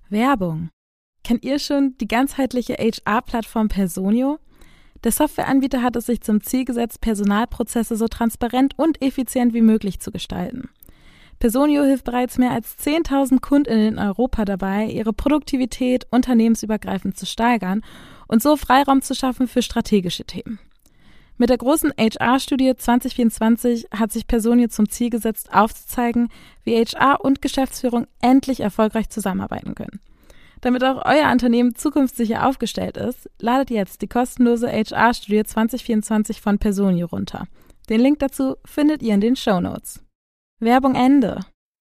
Werbung. Kennt ihr schon die ganzheitliche HR-Plattform Personio? Der Softwareanbieter hat es sich zum Ziel gesetzt, Personalprozesse so transparent und effizient wie möglich zu gestalten. Personio hilft bereits mehr als 10.000 KundInnen in Europa dabei, ihre Produktivität unternehmensübergreifend zu steigern und so Freiraum zu schaffen für strategische Themen. Mit der großen HR-Studie 2024 hat sich Personio zum Ziel gesetzt, aufzuzeigen, wie HR und Geschäftsführung endlich erfolgreich zusammenarbeiten können. Damit auch euer Unternehmen zukunftssicher aufgestellt ist, ladet jetzt die kostenlose HR-Studie 2024 von Personio runter. Den Link dazu findet ihr in den Shownotes. Werbung Ende.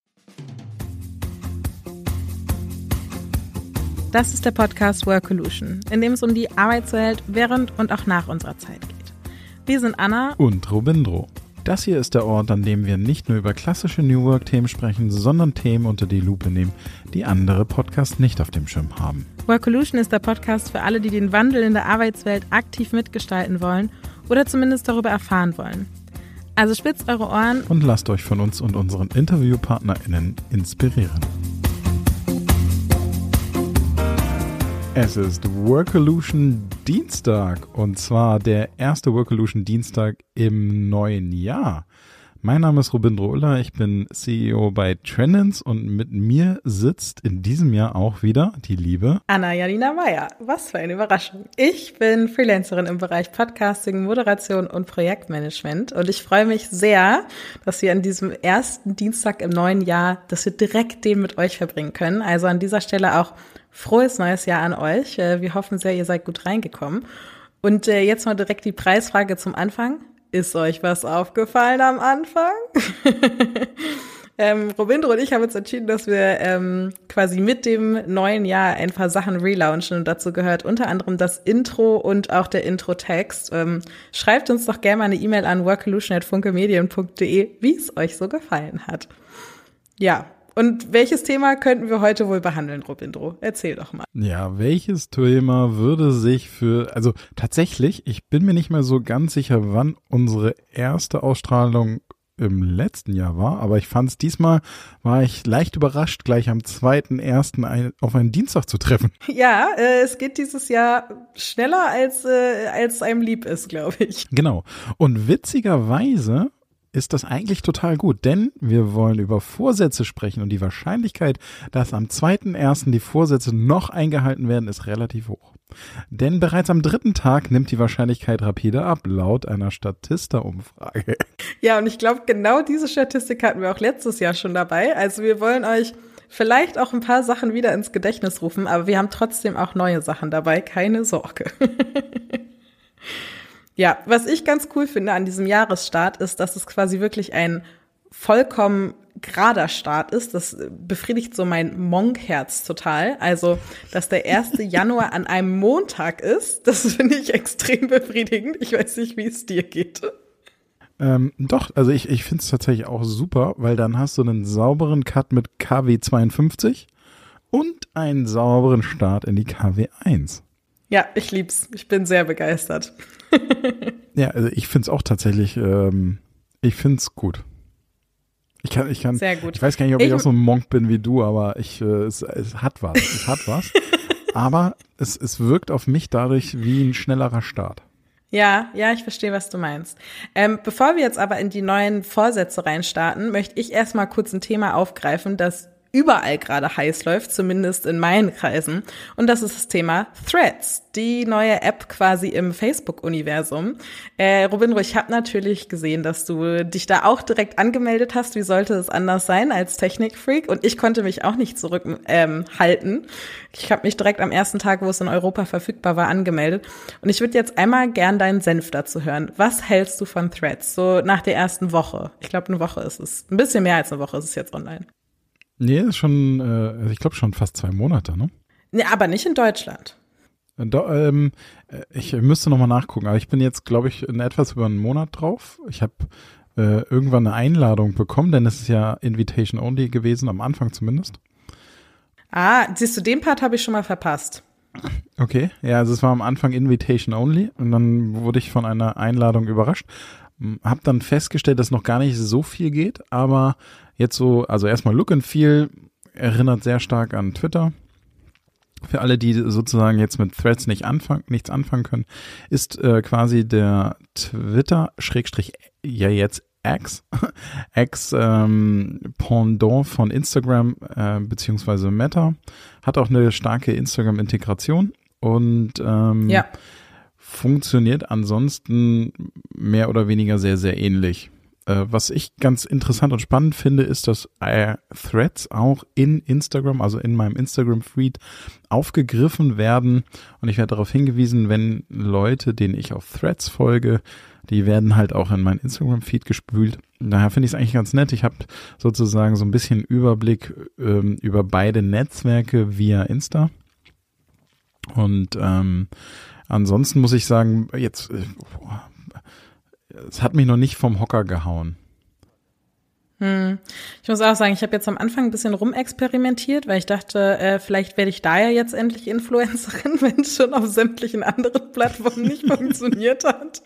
Das ist der Podcast Workolution, in dem es um die Arbeitswelt während und auch nach unserer Zeit geht. Wir sind Anna und Robindro. Das hier ist der Ort, an dem wir nicht nur über klassische New Work-Themen sprechen, sondern Themen unter die Lupe nehmen, die andere Podcasts nicht auf dem Schirm haben. Workolution ist der Podcast für alle, die den Wandel in der Arbeitswelt aktiv mitgestalten wollen oder zumindest darüber erfahren wollen. Also spitzt eure Ohren und lasst euch von uns und unseren InterviewpartnerInnen inspirieren. Es ist Workolution Dienstag und zwar der erste Workolution Dienstag im neuen Jahr. Mein Name ist Robindro Uller, ich bin CEO bei Trendens und mit mir sitzt in diesem Jahr auch wieder die liebe Anna-Janina Meyer. Was für eine Überraschung. Ich bin Freelancerin im Bereich Podcasting, Moderation und Projektmanagement und ich freue mich sehr, dass wir an diesem ersten Dienstag im neuen Jahr, dass wir direkt den mit euch verbringen können. Also an dieser Stelle auch frohes neues Jahr an euch. Wir hoffen sehr, ihr seid gut reingekommen. Und jetzt mal direkt die Preisfrage zum Anfang. Ist euch was aufgefallen am Anfang? Robindro und ich haben uns entschieden, dass wir quasi mit dem neuen Jahr ein paar Sachen relaunchen und dazu gehört unter anderem das Intro und auch der Intro-Text. Schreibt uns doch gerne mal eine E-Mail an workolution@funkemedien.de, wie es euch so gefallen hat. Ja. Und welches Thema könnten wir heute wohl behandeln, Robindro? Erzähl doch mal. Ja, welches Thema würde sich also tatsächlich, ich bin mir nicht mehr so ganz sicher, wann unsere erste Ausstrahlung im letzten Jahr war, aber ich fand es diesmal, war ich leicht überrascht, gleich am 2.1. auf einen Dienstag zu treffen. Ja, es geht dieses Jahr schneller, als einem lieb ist, glaube ich. Genau. Und witzigerweise ist das eigentlich total gut, denn wir wollen über Vorsätze sprechen und die Wahrscheinlichkeit, dass am 2.1. die Vorsätze noch eingehalten werden, ist relativ hoch. Denn bereits am 3. Tag nimmt die Wahrscheinlichkeit rapide ab, laut einer Statista-Umfrage. Ja, und ich glaube, genau diese Statistik hatten wir auch letztes Jahr schon dabei. Also wir wollen euch vielleicht auch ein paar Sachen wieder ins Gedächtnis rufen, aber wir haben trotzdem auch neue Sachen dabei, keine Sorge. Ja, was ich ganz cool finde an diesem Jahresstart ist, dass es quasi wirklich ein vollkommen gerader Start ist. Das befriedigt so mein Monk-Herz total. Also, dass der 1. Januar an einem Montag ist, das finde ich extrem befriedigend. Ich weiß nicht, wie es dir geht. Doch, also ich finde es tatsächlich auch super, weil dann hast du einen sauberen Cut mit KW 52 und einen sauberen Start in die KW 1. Ja, ich lieb's. Ich bin sehr begeistert. Ja, also ich find's auch tatsächlich, ich find's gut. Ich kann, sehr gut. Ich weiß gar nicht, ob ich auch so ein Monk bin wie du, aber es hat was. Es hat was. Aber es wirkt auf mich dadurch wie ein schnellerer Start. Ja, ich verstehe, was du meinst. Bevor wir jetzt aber in die neuen Vorsätze reinstarten, möchte ich erstmal kurz ein Thema aufgreifen, das überall gerade heiß läuft, zumindest in meinen Kreisen. Und das ist das Thema Threads, die neue App quasi im Facebook-Universum. Robindro, ich habe natürlich gesehen, dass du dich da auch direkt angemeldet hast. Wie sollte es anders sein als Technikfreak? Und ich konnte mich auch nicht zurückhalten. Ich habe mich direkt am ersten Tag, wo es in Europa verfügbar war, angemeldet. Und ich würde jetzt einmal gern deinen Senf dazu hören. Was hältst du von Threads? So nach der ersten Woche. Ich glaube, eine Woche ist es. Ein bisschen mehr als eine Woche ist es jetzt online. Nee, das ist schon, ich glaube schon fast 2 Monate, ne? Nee, aber nicht in Deutschland. Ich müsste nochmal nachgucken, aber ich bin jetzt, glaube ich, in etwas über einen Monat drauf. Ich habe irgendwann eine Einladung bekommen, denn es ist ja Invitation Only gewesen, am Anfang zumindest. Ah, siehst du, den Part habe ich schon mal verpasst. Okay, ja, also es war am Anfang Invitation Only und dann wurde ich von einer Einladung überrascht. Hab dann festgestellt, dass noch gar nicht so viel geht, aber jetzt so, also erstmal Look and Feel erinnert sehr stark an Twitter. Für alle, die sozusagen jetzt mit Threads nichts anfangen können, ist quasi der Twitter jetzt X Pendant von Instagram beziehungsweise Meta, hat auch eine starke Instagram-Integration und funktioniert ansonsten mehr oder weniger sehr, sehr ähnlich. Was ich ganz interessant und spannend finde, ist, dass Threads auch in Instagram, also in meinem Instagram-Feed, aufgegriffen werden. Und ich werde darauf hingewiesen, wenn Leute, denen ich auf Threads folge, die werden halt auch in meinen Instagram-Feed gespült. Daher finde ich es eigentlich ganz nett. Ich habe sozusagen so ein bisschen Überblick über beide Netzwerke via Insta. Und ansonsten muss ich sagen, jetzt es hat mich noch nicht vom Hocker gehauen. Ich muss auch sagen, ich habe jetzt am Anfang ein bisschen rumexperimentiert, weil ich dachte, vielleicht werde ich da ja jetzt endlich Influencerin, wenn es schon auf sämtlichen anderen Plattformen nicht funktioniert hat.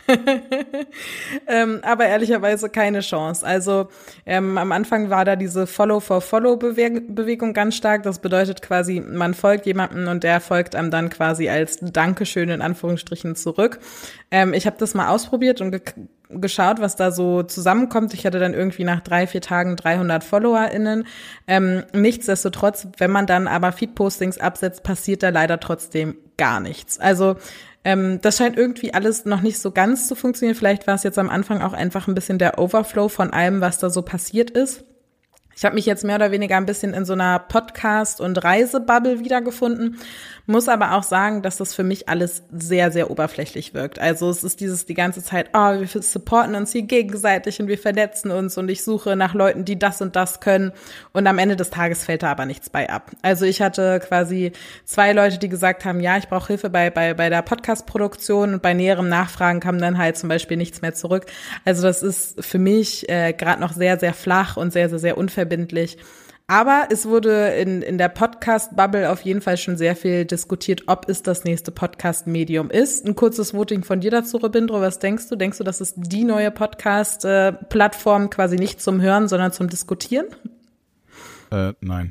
Aber ehrlicherweise keine Chance. Also am Anfang war da diese Follow-for-Follow-Bewegung ganz stark. Das bedeutet quasi, man folgt jemandem und der folgt einem dann quasi als Dankeschön in Anführungsstrichen zurück. Ich habe das mal ausprobiert und geschaut, was da so zusammenkommt. Ich hatte dann irgendwie nach 3-4 Tagen 300 FollowerInnen. Nichtsdestotrotz, wenn man dann aber Feed-Postings absetzt, passiert da leider trotzdem gar nichts. Also das scheint irgendwie alles noch nicht so ganz zu funktionieren. Vielleicht war es jetzt am Anfang auch einfach ein bisschen der Overflow von allem, was da so passiert ist. Ich habe mich jetzt mehr oder weniger ein bisschen in so einer Podcast- und Reisebubble wiedergefunden, muss aber auch sagen, dass das für mich alles sehr, sehr oberflächlich wirkt. Also es ist die ganze Zeit, wir supporten uns hier gegenseitig und wir vernetzen uns und ich suche nach Leuten, die das und das können und am Ende des Tages fällt da aber nichts bei ab. Also ich hatte quasi 2 Leute, die gesagt haben, ja, ich brauche Hilfe bei der Podcast-Produktion und bei näherem Nachfragen kam dann halt zum Beispiel nichts mehr zurück. Also das ist für mich gerade noch sehr, sehr flach und sehr, sehr, sehr unverbindlich. Aber es wurde in der Podcast-Bubble auf jeden Fall schon sehr viel diskutiert, ob es das nächste Podcast-Medium ist. Ein kurzes Voting von dir dazu, Robindro. Was denkst du? Denkst du, das ist die neue Podcast-Plattform quasi nicht zum Hören, sondern zum Diskutieren? Nein.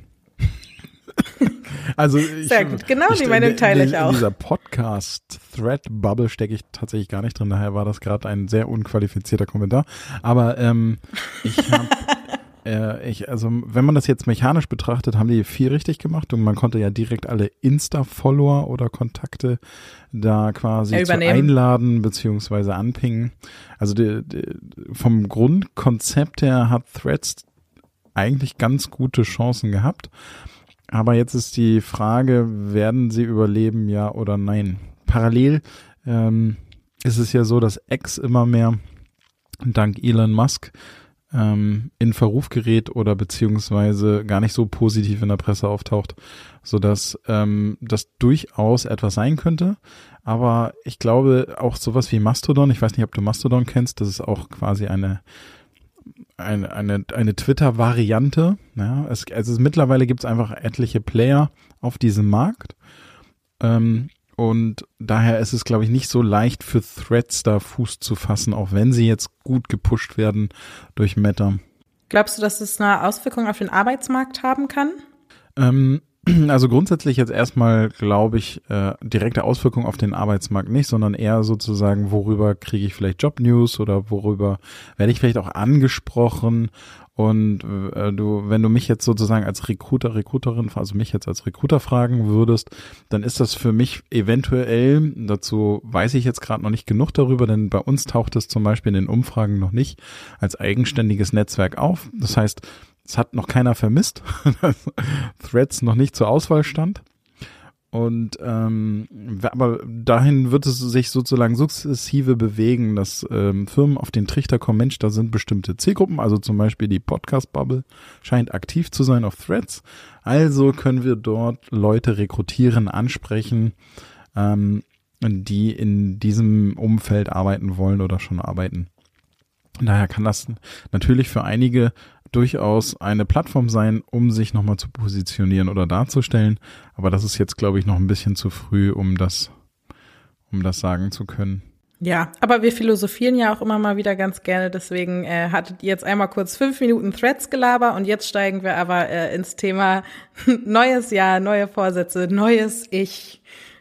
Also sehr gut, genau die Meinung teile ich auch. In dieser Podcast-Thread-Bubble stecke ich tatsächlich gar nicht drin, daher war das gerade ein sehr unqualifizierter Kommentar. Aber ich habe also wenn man das jetzt mechanisch betrachtet, haben die viel richtig gemacht und man konnte ja direkt alle Insta-Follower oder Kontakte da quasi zu einladen beziehungsweise anpingen. Also vom Grundkonzept her hat Threads eigentlich ganz gute Chancen gehabt. Aber jetzt ist die Frage, werden sie überleben, ja oder nein? Parallel ist es ja so, dass X immer mehr dank Elon Musk in Verruf gerät oder beziehungsweise gar nicht so positiv in der Presse auftaucht, sodass das durchaus etwas sein könnte. Aber ich glaube auch sowas wie Mastodon, ich weiß nicht, ob du Mastodon kennst, das ist auch quasi eine Twitter-Variante. Ja, also mittlerweile gibt es einfach etliche Player auf diesem Markt. Und daher ist es, glaube ich, nicht so leicht für Threads da Fuß zu fassen, auch wenn sie jetzt gut gepusht werden durch Meta. Glaubst du, dass es eine Auswirkung auf den Arbeitsmarkt haben kann? Also grundsätzlich jetzt erstmal, glaube ich, direkte Auswirkungen auf den Arbeitsmarkt nicht, sondern eher sozusagen, worüber kriege ich vielleicht Jobnews oder worüber werde ich vielleicht auch angesprochen. Und wenn du mich jetzt sozusagen als Recruiterin, also mich jetzt als Recruiter fragen würdest, dann ist das für mich eventuell, dazu weiß ich jetzt gerade noch nicht genug darüber, denn bei uns taucht es zum Beispiel in den Umfragen noch nicht als eigenständiges Netzwerk auf. Das heißt, es hat noch keiner vermisst, dass Threads noch nicht zur Auswahl stand. Und aber dahin wird es sich sozusagen sukzessive bewegen, dass Firmen auf den Trichter kommen, Mensch, da sind bestimmte Zielgruppen, also zum Beispiel die Podcast-Bubble scheint aktiv zu sein auf Threads. Also können wir dort Leute rekrutieren, ansprechen, die in diesem Umfeld arbeiten wollen oder schon arbeiten. Daher kann das natürlich für einige durchaus eine Plattform sein, um sich nochmal zu positionieren oder darzustellen. Aber das ist jetzt, glaube ich, noch ein bisschen zu früh, um das sagen zu können. Ja, aber wir philosophieren ja auch immer mal wieder ganz gerne, deswegen hattet ihr jetzt einmal kurz 5 Minuten Threads-Gelaber und jetzt steigen wir aber ins Thema neues Jahr, neue Vorsätze, neues Ich.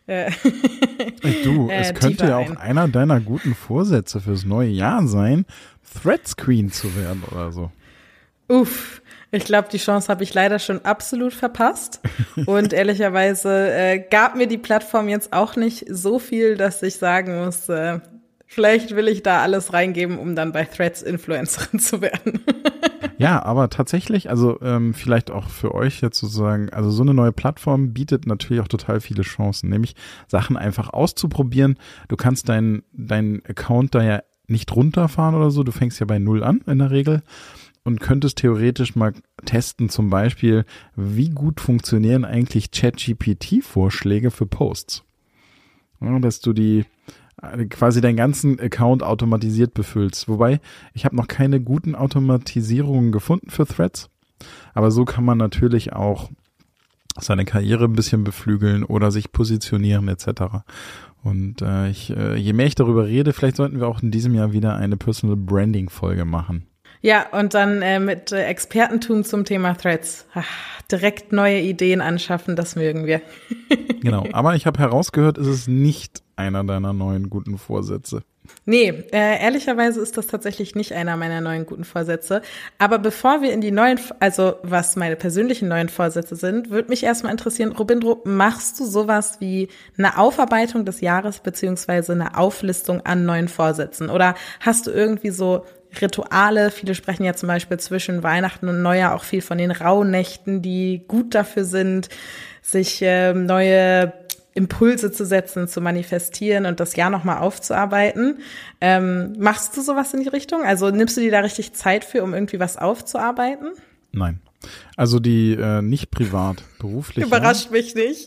Du, es könnte ja auch einer deiner guten Vorsätze fürs neue Jahr sein, Threads Queen zu werden oder so. Uff, ich glaube, die Chance habe ich leider schon absolut verpasst. Und ehrlicherweise gab mir die Plattform jetzt auch nicht so viel, dass ich sagen muss, vielleicht will ich da alles reingeben, um dann bei Threads Influencerin zu werden. Ja, aber tatsächlich, also vielleicht auch für euch jetzt sozusagen, also so eine neue Plattform bietet natürlich auch total viele Chancen, nämlich Sachen einfach auszuprobieren. Du kannst deinen Account da ja nicht runterfahren oder so, du fängst ja bei 0 an in der Regel und könntest theoretisch mal testen, zum Beispiel, wie gut funktionieren eigentlich ChatGPT-Vorschläge für Posts. Ja, dass du quasi deinen ganzen Account automatisiert befüllst. Wobei, ich habe noch keine guten Automatisierungen gefunden für Threads, aber so kann man natürlich auch seine Karriere ein bisschen beflügeln oder sich positionieren etc. Und je mehr ich darüber rede, vielleicht sollten wir auch in diesem Jahr wieder eine Personal Branding Folge machen. Ja, und dann mit Expertentum zum Thema Threads. Direkt neue Ideen anschaffen, das mögen wir. Genau, aber ich habe herausgehört, es ist nicht einer deiner neuen guten Vorsätze. Nee, ehrlicherweise ist das tatsächlich nicht einer meiner neuen guten Vorsätze. Aber bevor wir in die neuen, also was meine persönlichen neuen Vorsätze sind, würde mich erstmal interessieren, Robindro, machst du sowas wie eine Aufarbeitung des Jahres beziehungsweise eine Auflistung an neuen Vorsätzen? Oder hast du irgendwie so Rituale? Viele sprechen ja zum Beispiel zwischen Weihnachten und Neujahr auch viel von den Rauhnächten, die gut dafür sind, sich neue Impulse zu setzen, zu manifestieren und das Jahr nochmal aufzuarbeiten. Machst du sowas in die Richtung? Also nimmst du dir da richtig Zeit für, um irgendwie was aufzuarbeiten? Nein. Also die nicht privat, beruflich. Überrascht mich nicht.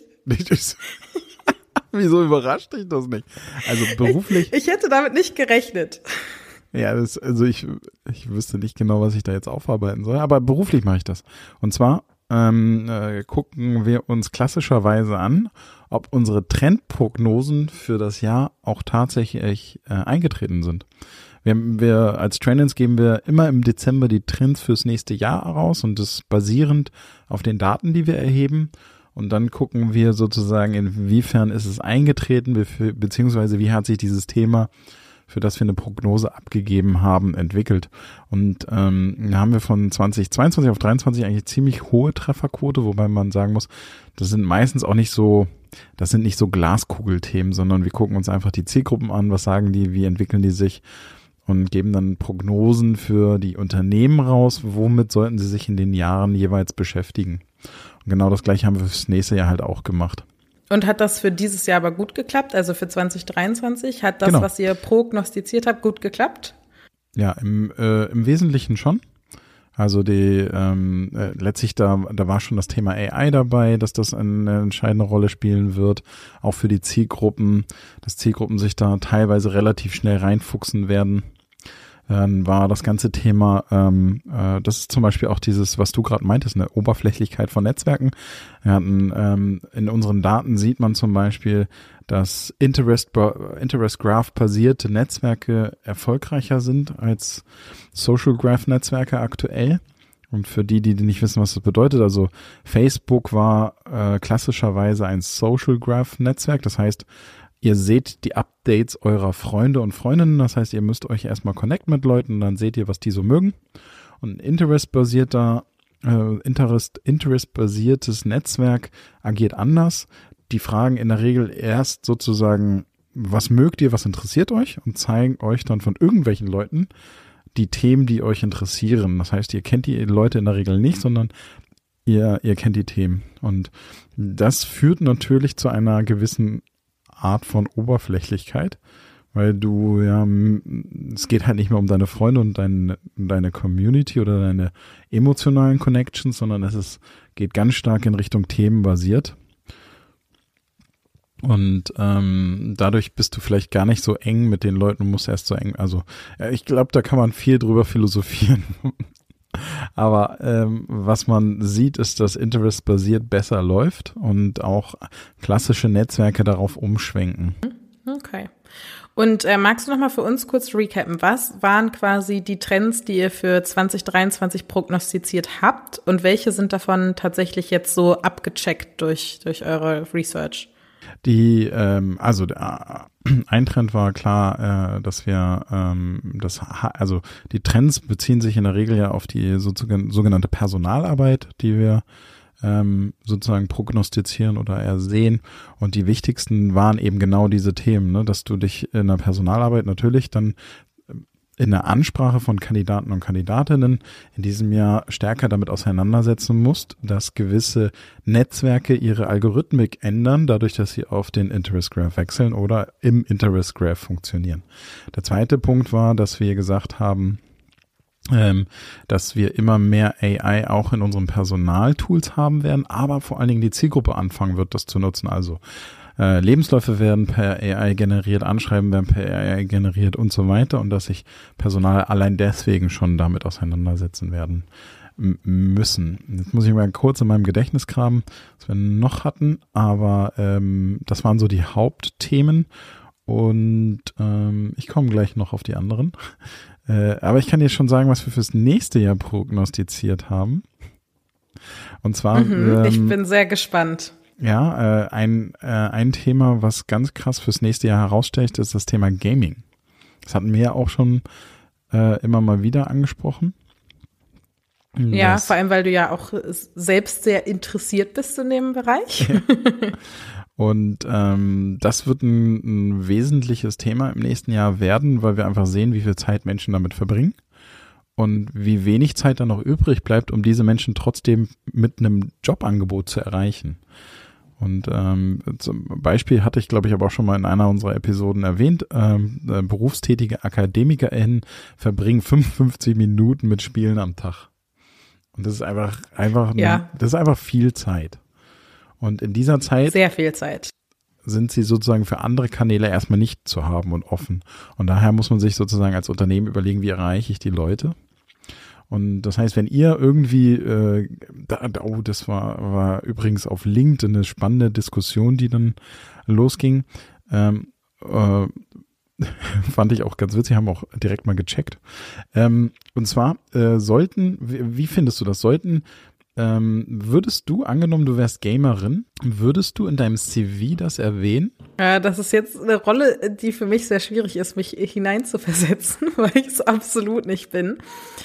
Wieso überrascht dich das nicht? Also beruflich. Ich hätte damit nicht gerechnet. Ja, also ich wüsste nicht genau, was ich da jetzt aufarbeiten soll, aber beruflich mache ich das. Und zwar gucken wir uns klassischerweise an, ob unsere Trendprognosen für das Jahr auch tatsächlich eingetreten sind. Wir als Trendins geben wir immer im Dezember die Trends fürs nächste Jahr heraus und das basierend auf den Daten, die wir erheben. Und dann gucken wir sozusagen, inwiefern ist es eingetreten, beziehungsweise wie hat sich dieses Thema, für das wir eine Prognose abgegeben haben, entwickelt. Und da haben wir von 2022 auf 2023 eigentlich ziemlich hohe Trefferquote, wobei man sagen muss, das sind meistens auch nicht so, das sind nicht so Glaskugelthemen, sondern wir gucken uns einfach die Zielgruppen an, was sagen die, wie entwickeln die sich und geben dann Prognosen für die Unternehmen raus, womit sollten sie sich in den Jahren jeweils beschäftigen. Und genau das Gleiche haben wir fürs nächste Jahr halt auch gemacht. Und hat das für dieses Jahr aber gut geklappt? Also für 2023? Hat das, was ihr prognostiziert habt, gut geklappt? Ja, im Wesentlichen schon. Also letztlich da war schon das Thema AI dabei, dass das eine entscheidende Rolle spielen wird, auch für die Zielgruppen, dass Zielgruppen sich da teilweise relativ schnell reinfuchsen werden. Dann war das ganze Thema, das ist zum Beispiel auch dieses, was du gerade meintest, eine Oberflächlichkeit von Netzwerken. Wir hatten, in unseren Daten sieht man zum Beispiel, dass Interest Graph basierte Netzwerke erfolgreicher sind als Social Graph Netzwerke aktuell. Und für die nicht wissen, was das bedeutet, also Facebook war klassischerweise ein Social Graph Netzwerk, das heißt, ihr seht die Updates eurer Freunde und Freundinnen, das heißt, ihr müsst euch erstmal connecten mit Leuten und dann seht ihr, was die so mögen. Und ein Interest-basiertes Netzwerk agiert anders. Die fragen in der Regel erst sozusagen, was mögt ihr, was interessiert euch und zeigen euch dann von irgendwelchen Leuten die Themen, die euch interessieren. Das heißt, ihr kennt die Leute in der Regel nicht, sondern ihr kennt die Themen. Und das führt natürlich zu einer gewissen Art von Oberflächlichkeit, weil es geht halt nicht mehr um deine Freunde und deine Community oder deine emotionalen Connections, sondern geht ganz stark in Richtung themenbasiert. Und dadurch bist du vielleicht gar nicht so eng mit den Leuten und musst erst so eng, also ich glaube, da kann man viel drüber philosophieren. Aber was man sieht, ist, dass Interest-basiert besser läuft und auch klassische Netzwerke darauf umschwenken. Okay. Und magst du noch mal für uns kurz recappen, was waren quasi die Trends, die ihr für 2023 prognostiziert habt und welche sind davon tatsächlich jetzt so abgecheckt durch eure Research? Ein Trend war klar, dass wir die Trends beziehen sich in der Regel ja auf die sogenannte Personalarbeit, die wir sozusagen prognostizieren oder ersehen. Und die wichtigsten waren eben genau diese Themen, ne? Dass du dich in der Personalarbeit natürlich dann in der Ansprache von Kandidaten und Kandidatinnen in diesem Jahr stärker damit auseinandersetzen musst, dass gewisse Netzwerke ihre Algorithmik ändern, dadurch, dass sie auf den Interest Graph wechseln oder im Interest Graph funktionieren. Der zweite Punkt war, dass wir gesagt haben, dass wir immer mehr AI auch in unseren Personaltools haben werden, aber vor allen Dingen die Zielgruppe anfangen wird, das zu nutzen. Also Lebensläufe werden per AI generiert, Anschreiben werden per AI generiert und so weiter und dass sich Personal allein deswegen schon damit auseinandersetzen werden müssen. Jetzt muss ich mal kurz in meinem Gedächtnis kramen, was wir noch hatten, aber das waren so die Hauptthemen und ich komme gleich noch auf die anderen. Aber ich kann dir schon sagen, was wir fürs nächste Jahr prognostiziert haben. Und zwar ich bin sehr gespannt. Ja, ein Thema, was ganz krass fürs nächste Jahr heraussticht, ist das Thema Gaming. Das hatten wir ja auch schon immer mal wieder angesprochen. Ja, vor allem, weil du ja auch selbst sehr interessiert bist in dem Bereich. Und das wird ein wesentliches Thema im nächsten Jahr werden, weil wir einfach sehen, wie viel Zeit Menschen damit verbringen und wie wenig Zeit dann noch übrig bleibt, um diese Menschen trotzdem mit einem Jobangebot zu erreichen. Und zum Beispiel hatte ich, glaube ich, aber auch schon mal in einer unserer Episoden erwähnt, berufstätige AkademikerInnen verbringen 55 Minuten mit Spielen am Tag. Und das ist das ist einfach viel Zeit. Und in dieser Zeit sehr viel Zeit sind sie sozusagen für andere Kanäle erstmal nicht zu haben und offen. Und daher muss man sich sozusagen als Unternehmen überlegen, wie erreiche ich die Leute. Und das heißt, wenn ihr irgendwie, das war übrigens auf LinkedIn eine spannende Diskussion, die dann losging, fand ich auch ganz witzig, haben auch direkt mal gecheckt. Und zwar wie findest du das, würdest du, angenommen du wärst Gamerin, würdest du in deinem CV das erwähnen? Das ist jetzt eine Rolle, die für mich sehr schwierig ist, mich hineinzuversetzen, weil ich es absolut nicht bin.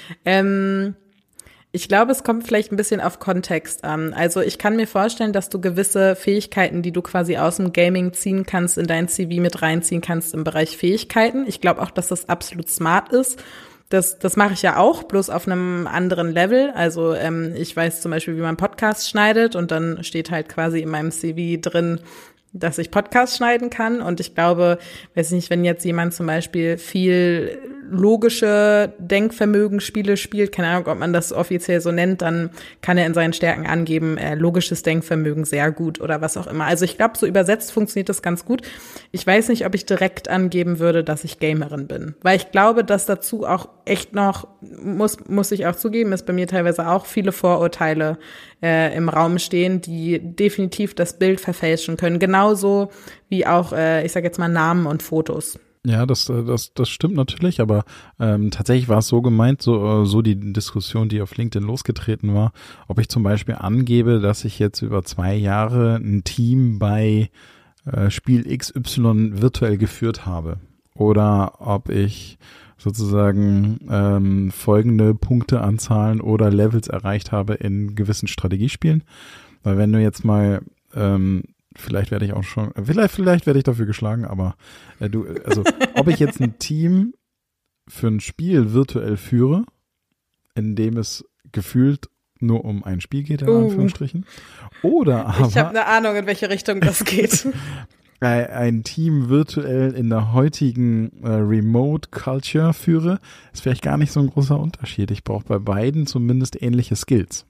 Ich glaube, es kommt vielleicht ein bisschen auf Kontext an. Also ich kann mir vorstellen, dass du gewisse Fähigkeiten, die du quasi aus dem Gaming ziehen kannst, in dein CV mit reinziehen kannst im Bereich Fähigkeiten. Ich glaube auch, dass das absolut smart ist. Das mache ich ja auch, bloß auf einem anderen Level. Also ich weiß zum Beispiel, wie man Podcasts schneidet und dann steht halt quasi in meinem CV drin, dass ich Podcasts schneiden kann. Und ich glaube, weiß nicht, wenn jetzt jemand zum Beispiel viel logische Denkvermögensspiele spielt, keine Ahnung, ob man das offiziell so nennt, dann kann er in seinen Stärken angeben, logisches Denkvermögen sehr gut oder was auch immer. Also ich glaube, so übersetzt funktioniert das ganz gut. Ich weiß nicht, ob ich direkt angeben würde, dass ich Gamerin bin, weil ich glaube, dass dazu auch echt noch, muss ich auch zugeben, ist bei mir teilweise auch viele Vorurteile im Raum stehen, die definitiv das Bild verfälschen können. Genauso wie auch, ich sage jetzt mal, Namen und Fotos. Ja, das stimmt natürlich, aber tatsächlich war es so gemeint, so die Diskussion, die auf LinkedIn losgetreten war, ob ich zum Beispiel angebe, dass ich jetzt über 2 Jahre ein Team bei Spiel XY virtuell geführt habe oder ob ich sozusagen folgende Punkteanzahlen oder Levels erreicht habe in gewissen Strategiespielen. Weil wenn du jetzt mal vielleicht werde ich dafür geschlagen, aber ob ich jetzt ein Team für ein Spiel virtuell führe, in dem es gefühlt nur um ein Spiel geht, in Anführungsstrichen, oder aber ich habe eine Ahnung, in welche Richtung das geht. Ein Team virtuell in der heutigen Remote Culture führe, ist vielleicht gar nicht so ein großer Unterschied. Ich brauche bei beiden zumindest ähnliche Skills.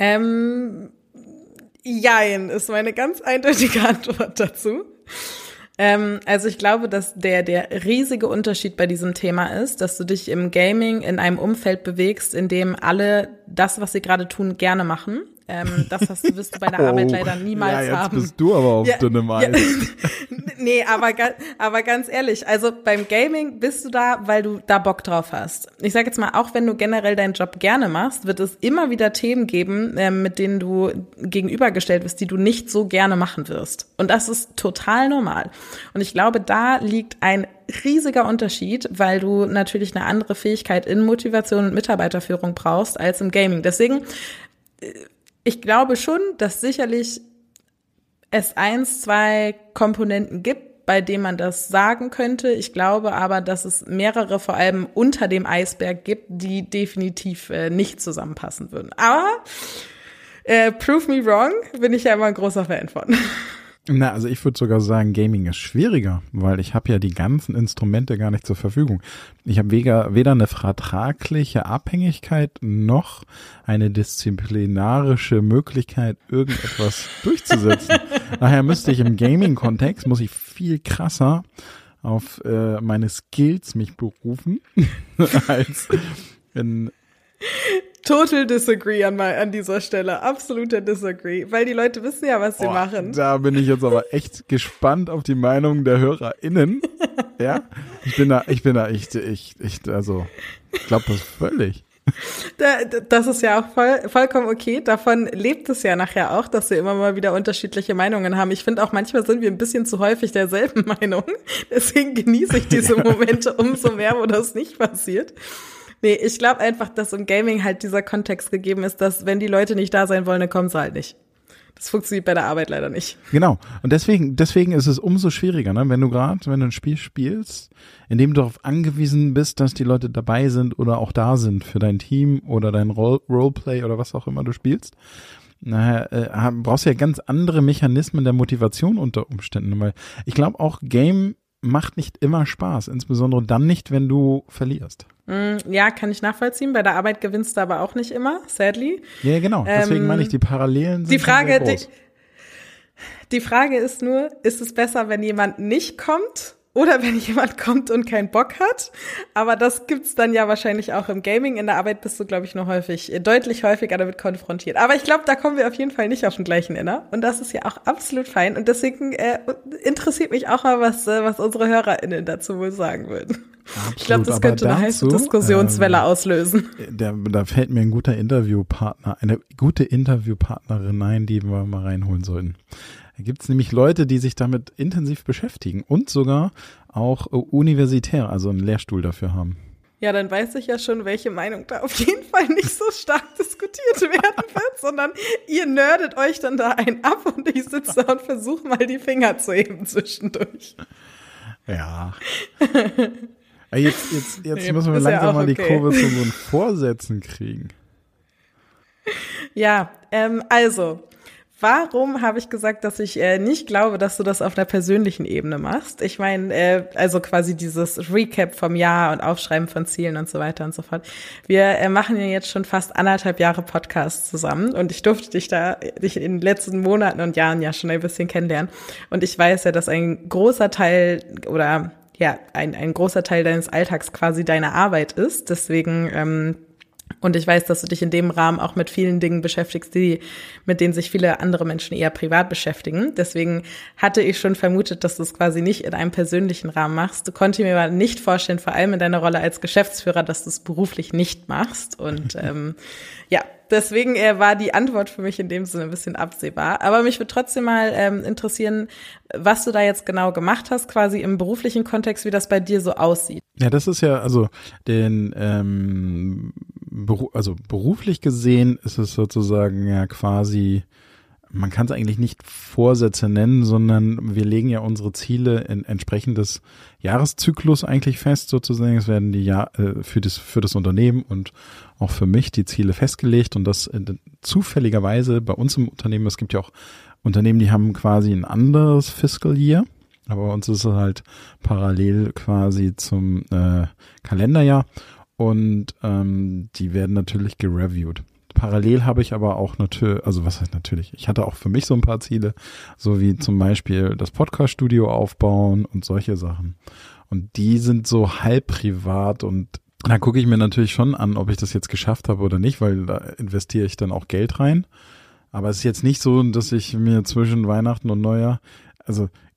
Jein, ist meine ganz eindeutige Antwort dazu. Also ich glaube, dass der riesige Unterschied bei diesem Thema ist, dass du dich im Gaming in einem Umfeld bewegst, in dem alle das, was sie gerade tun, gerne machen. Das wirst du bei der Arbeit leider niemals jetzt haben. Bist du aber auf dünnem Eis. Nee, aber ganz ehrlich, also beim Gaming bist du da, weil du da Bock drauf hast. Ich sage jetzt mal, auch wenn du generell deinen Job gerne machst, wird es immer wieder Themen geben, mit denen du gegenübergestellt wirst, die du nicht so gerne machen wirst. Und das ist total normal. Und ich glaube, da liegt ein riesiger Unterschied, weil du natürlich eine andere Fähigkeit in Motivation und Mitarbeiterführung brauchst als im Gaming. Deswegen, ich glaube schon, dass sicherlich es 1, 2 Komponenten gibt, bei denen man das sagen könnte. Ich glaube aber, dass es mehrere, vor allem unter dem Eisberg gibt, die definitiv nicht zusammenpassen würden. Aber prove me wrong, bin ich ja immer ein großer Fan von. Na, also ich würde sogar sagen, Gaming ist schwieriger, weil ich habe ja die ganzen Instrumente gar nicht zur Verfügung. Ich habe weder eine vertragliche Abhängigkeit noch eine disziplinarische Möglichkeit, irgendetwas durchzusetzen. Daher müsste ich im Gaming-Kontext, muss ich viel krasser auf meine Skills mich berufen, als in Total disagree an dieser Stelle. Absoluter disagree. Weil die Leute wissen ja, was sie machen. Da bin ich jetzt aber echt gespannt auf die Meinung der HörerInnen. Ja? Ich glaube das völlig. Das ist ja auch vollkommen okay. Davon lebt es ja nachher auch, dass wir immer mal wieder unterschiedliche Meinungen haben. Ich finde auch, manchmal sind wir ein bisschen zu häufig derselben Meinung. Deswegen genieße ich diese Momente umso mehr, wo das nicht passiert. Nee, ich glaube einfach, dass im Gaming halt dieser Kontext gegeben ist, dass wenn die Leute nicht da sein wollen, dann kommen sie halt nicht. Das funktioniert bei der Arbeit leider nicht. Genau. Und deswegen ist es umso schwieriger, ne? Wenn du ein Spiel spielst, in dem du darauf angewiesen bist, dass die Leute dabei sind oder auch da sind für dein Team oder dein Roleplay oder was auch immer du spielst, brauchst du ja ganz andere Mechanismen der Motivation unter Umständen, weil ich glaube auch Game macht nicht immer Spaß, insbesondere dann nicht, wenn du verlierst. Ja, kann ich nachvollziehen. Bei der Arbeit gewinnst du aber auch nicht immer, sadly. Ja, genau. Deswegen meine ich, die Parallelen sind die Frage, groß. Die Frage ist nur, ist es besser, wenn jemand nicht kommt oder wenn jemand kommt und keinen Bock hat? Aber das gibt's dann ja wahrscheinlich auch im Gaming. In der Arbeit bist du, glaube ich, noch deutlich häufiger damit konfrontiert. Aber ich glaube, da kommen wir auf jeden Fall nicht auf den gleichen Nenner. Und das ist ja auch absolut fein. Und deswegen interessiert mich auch mal, was unsere HörerInnen dazu wohl sagen würden. Absolut, ich glaube, das könnte eine heiße Diskussionswelle auslösen. Da fällt mir eine gute Interviewpartnerin ein, die wir mal reinholen sollten. Da gibt's nämlich Leute, die sich damit intensiv beschäftigen und sogar auch universitär, also einen Lehrstuhl dafür haben. Ja, dann weiß ich ja schon, welche Meinung da auf jeden Fall nicht so stark diskutiert werden wird, sondern ihr nerdet euch dann da einen ab und ich sitze da und versuche mal die Finger zu heben zwischendurch. Ja. Jetzt müssen wir langsam mal die Kurve zu so Vorsätzen kriegen. Ja, also, warum habe ich gesagt, dass ich nicht glaube, dass du das auf einer persönlichen Ebene machst? Ich meine, also quasi dieses Recap vom Jahr und Aufschreiben von Zielen und so weiter und so fort. Wir machen ja jetzt schon fast 1,5 Jahre Podcast zusammen und ich durfte dich in den letzten Monaten und Jahren ja schon ein bisschen kennenlernen. Und ich weiß ja, dass ein großer Teil oder ja, ein großer Teil deines Alltags quasi deine Arbeit ist. Deswegen, und ich weiß, dass du dich in dem Rahmen auch mit vielen Dingen beschäftigst, mit denen sich viele andere Menschen eher privat beschäftigen. Deswegen hatte ich schon vermutet, dass du es quasi nicht in einem persönlichen Rahmen machst. Du konntest mir aber nicht vorstellen, vor allem in deiner Rolle als Geschäftsführer, dass du es beruflich nicht machst. Und ja, deswegen war die Antwort für mich in dem Sinne ein bisschen absehbar. Aber mich würde trotzdem mal interessieren, was du da jetzt genau gemacht hast, quasi im beruflichen Kontext, wie das bei dir so aussieht. Ja, das ist ja, also beruflich gesehen ist es sozusagen ja quasi, man kann es eigentlich nicht Vorsätze nennen, sondern wir legen ja unsere Ziele in entsprechend des Jahreszyklus eigentlich fest, sozusagen. Es werden die für das Unternehmen und auch für mich die Ziele festgelegt und das zufälligerweise bei uns im Unternehmen, es gibt ja auch Unternehmen, die haben quasi ein anderes Fiscal Year, aber bei uns ist es halt parallel quasi zum Kalenderjahr und die werden natürlich gereviewt. Parallel habe ich aber auch natürlich, also was heißt natürlich, ich hatte auch für mich so ein paar Ziele, so wie zum Beispiel das Podcast-Studio aufbauen und solche Sachen. Und die sind so halb privat und da gucke ich mir natürlich schon an, ob ich das jetzt geschafft habe oder nicht, weil da investiere ich dann auch Geld rein. Aber es ist jetzt nicht so, dass ich mir zwischen Weihnachten und Neujahr, also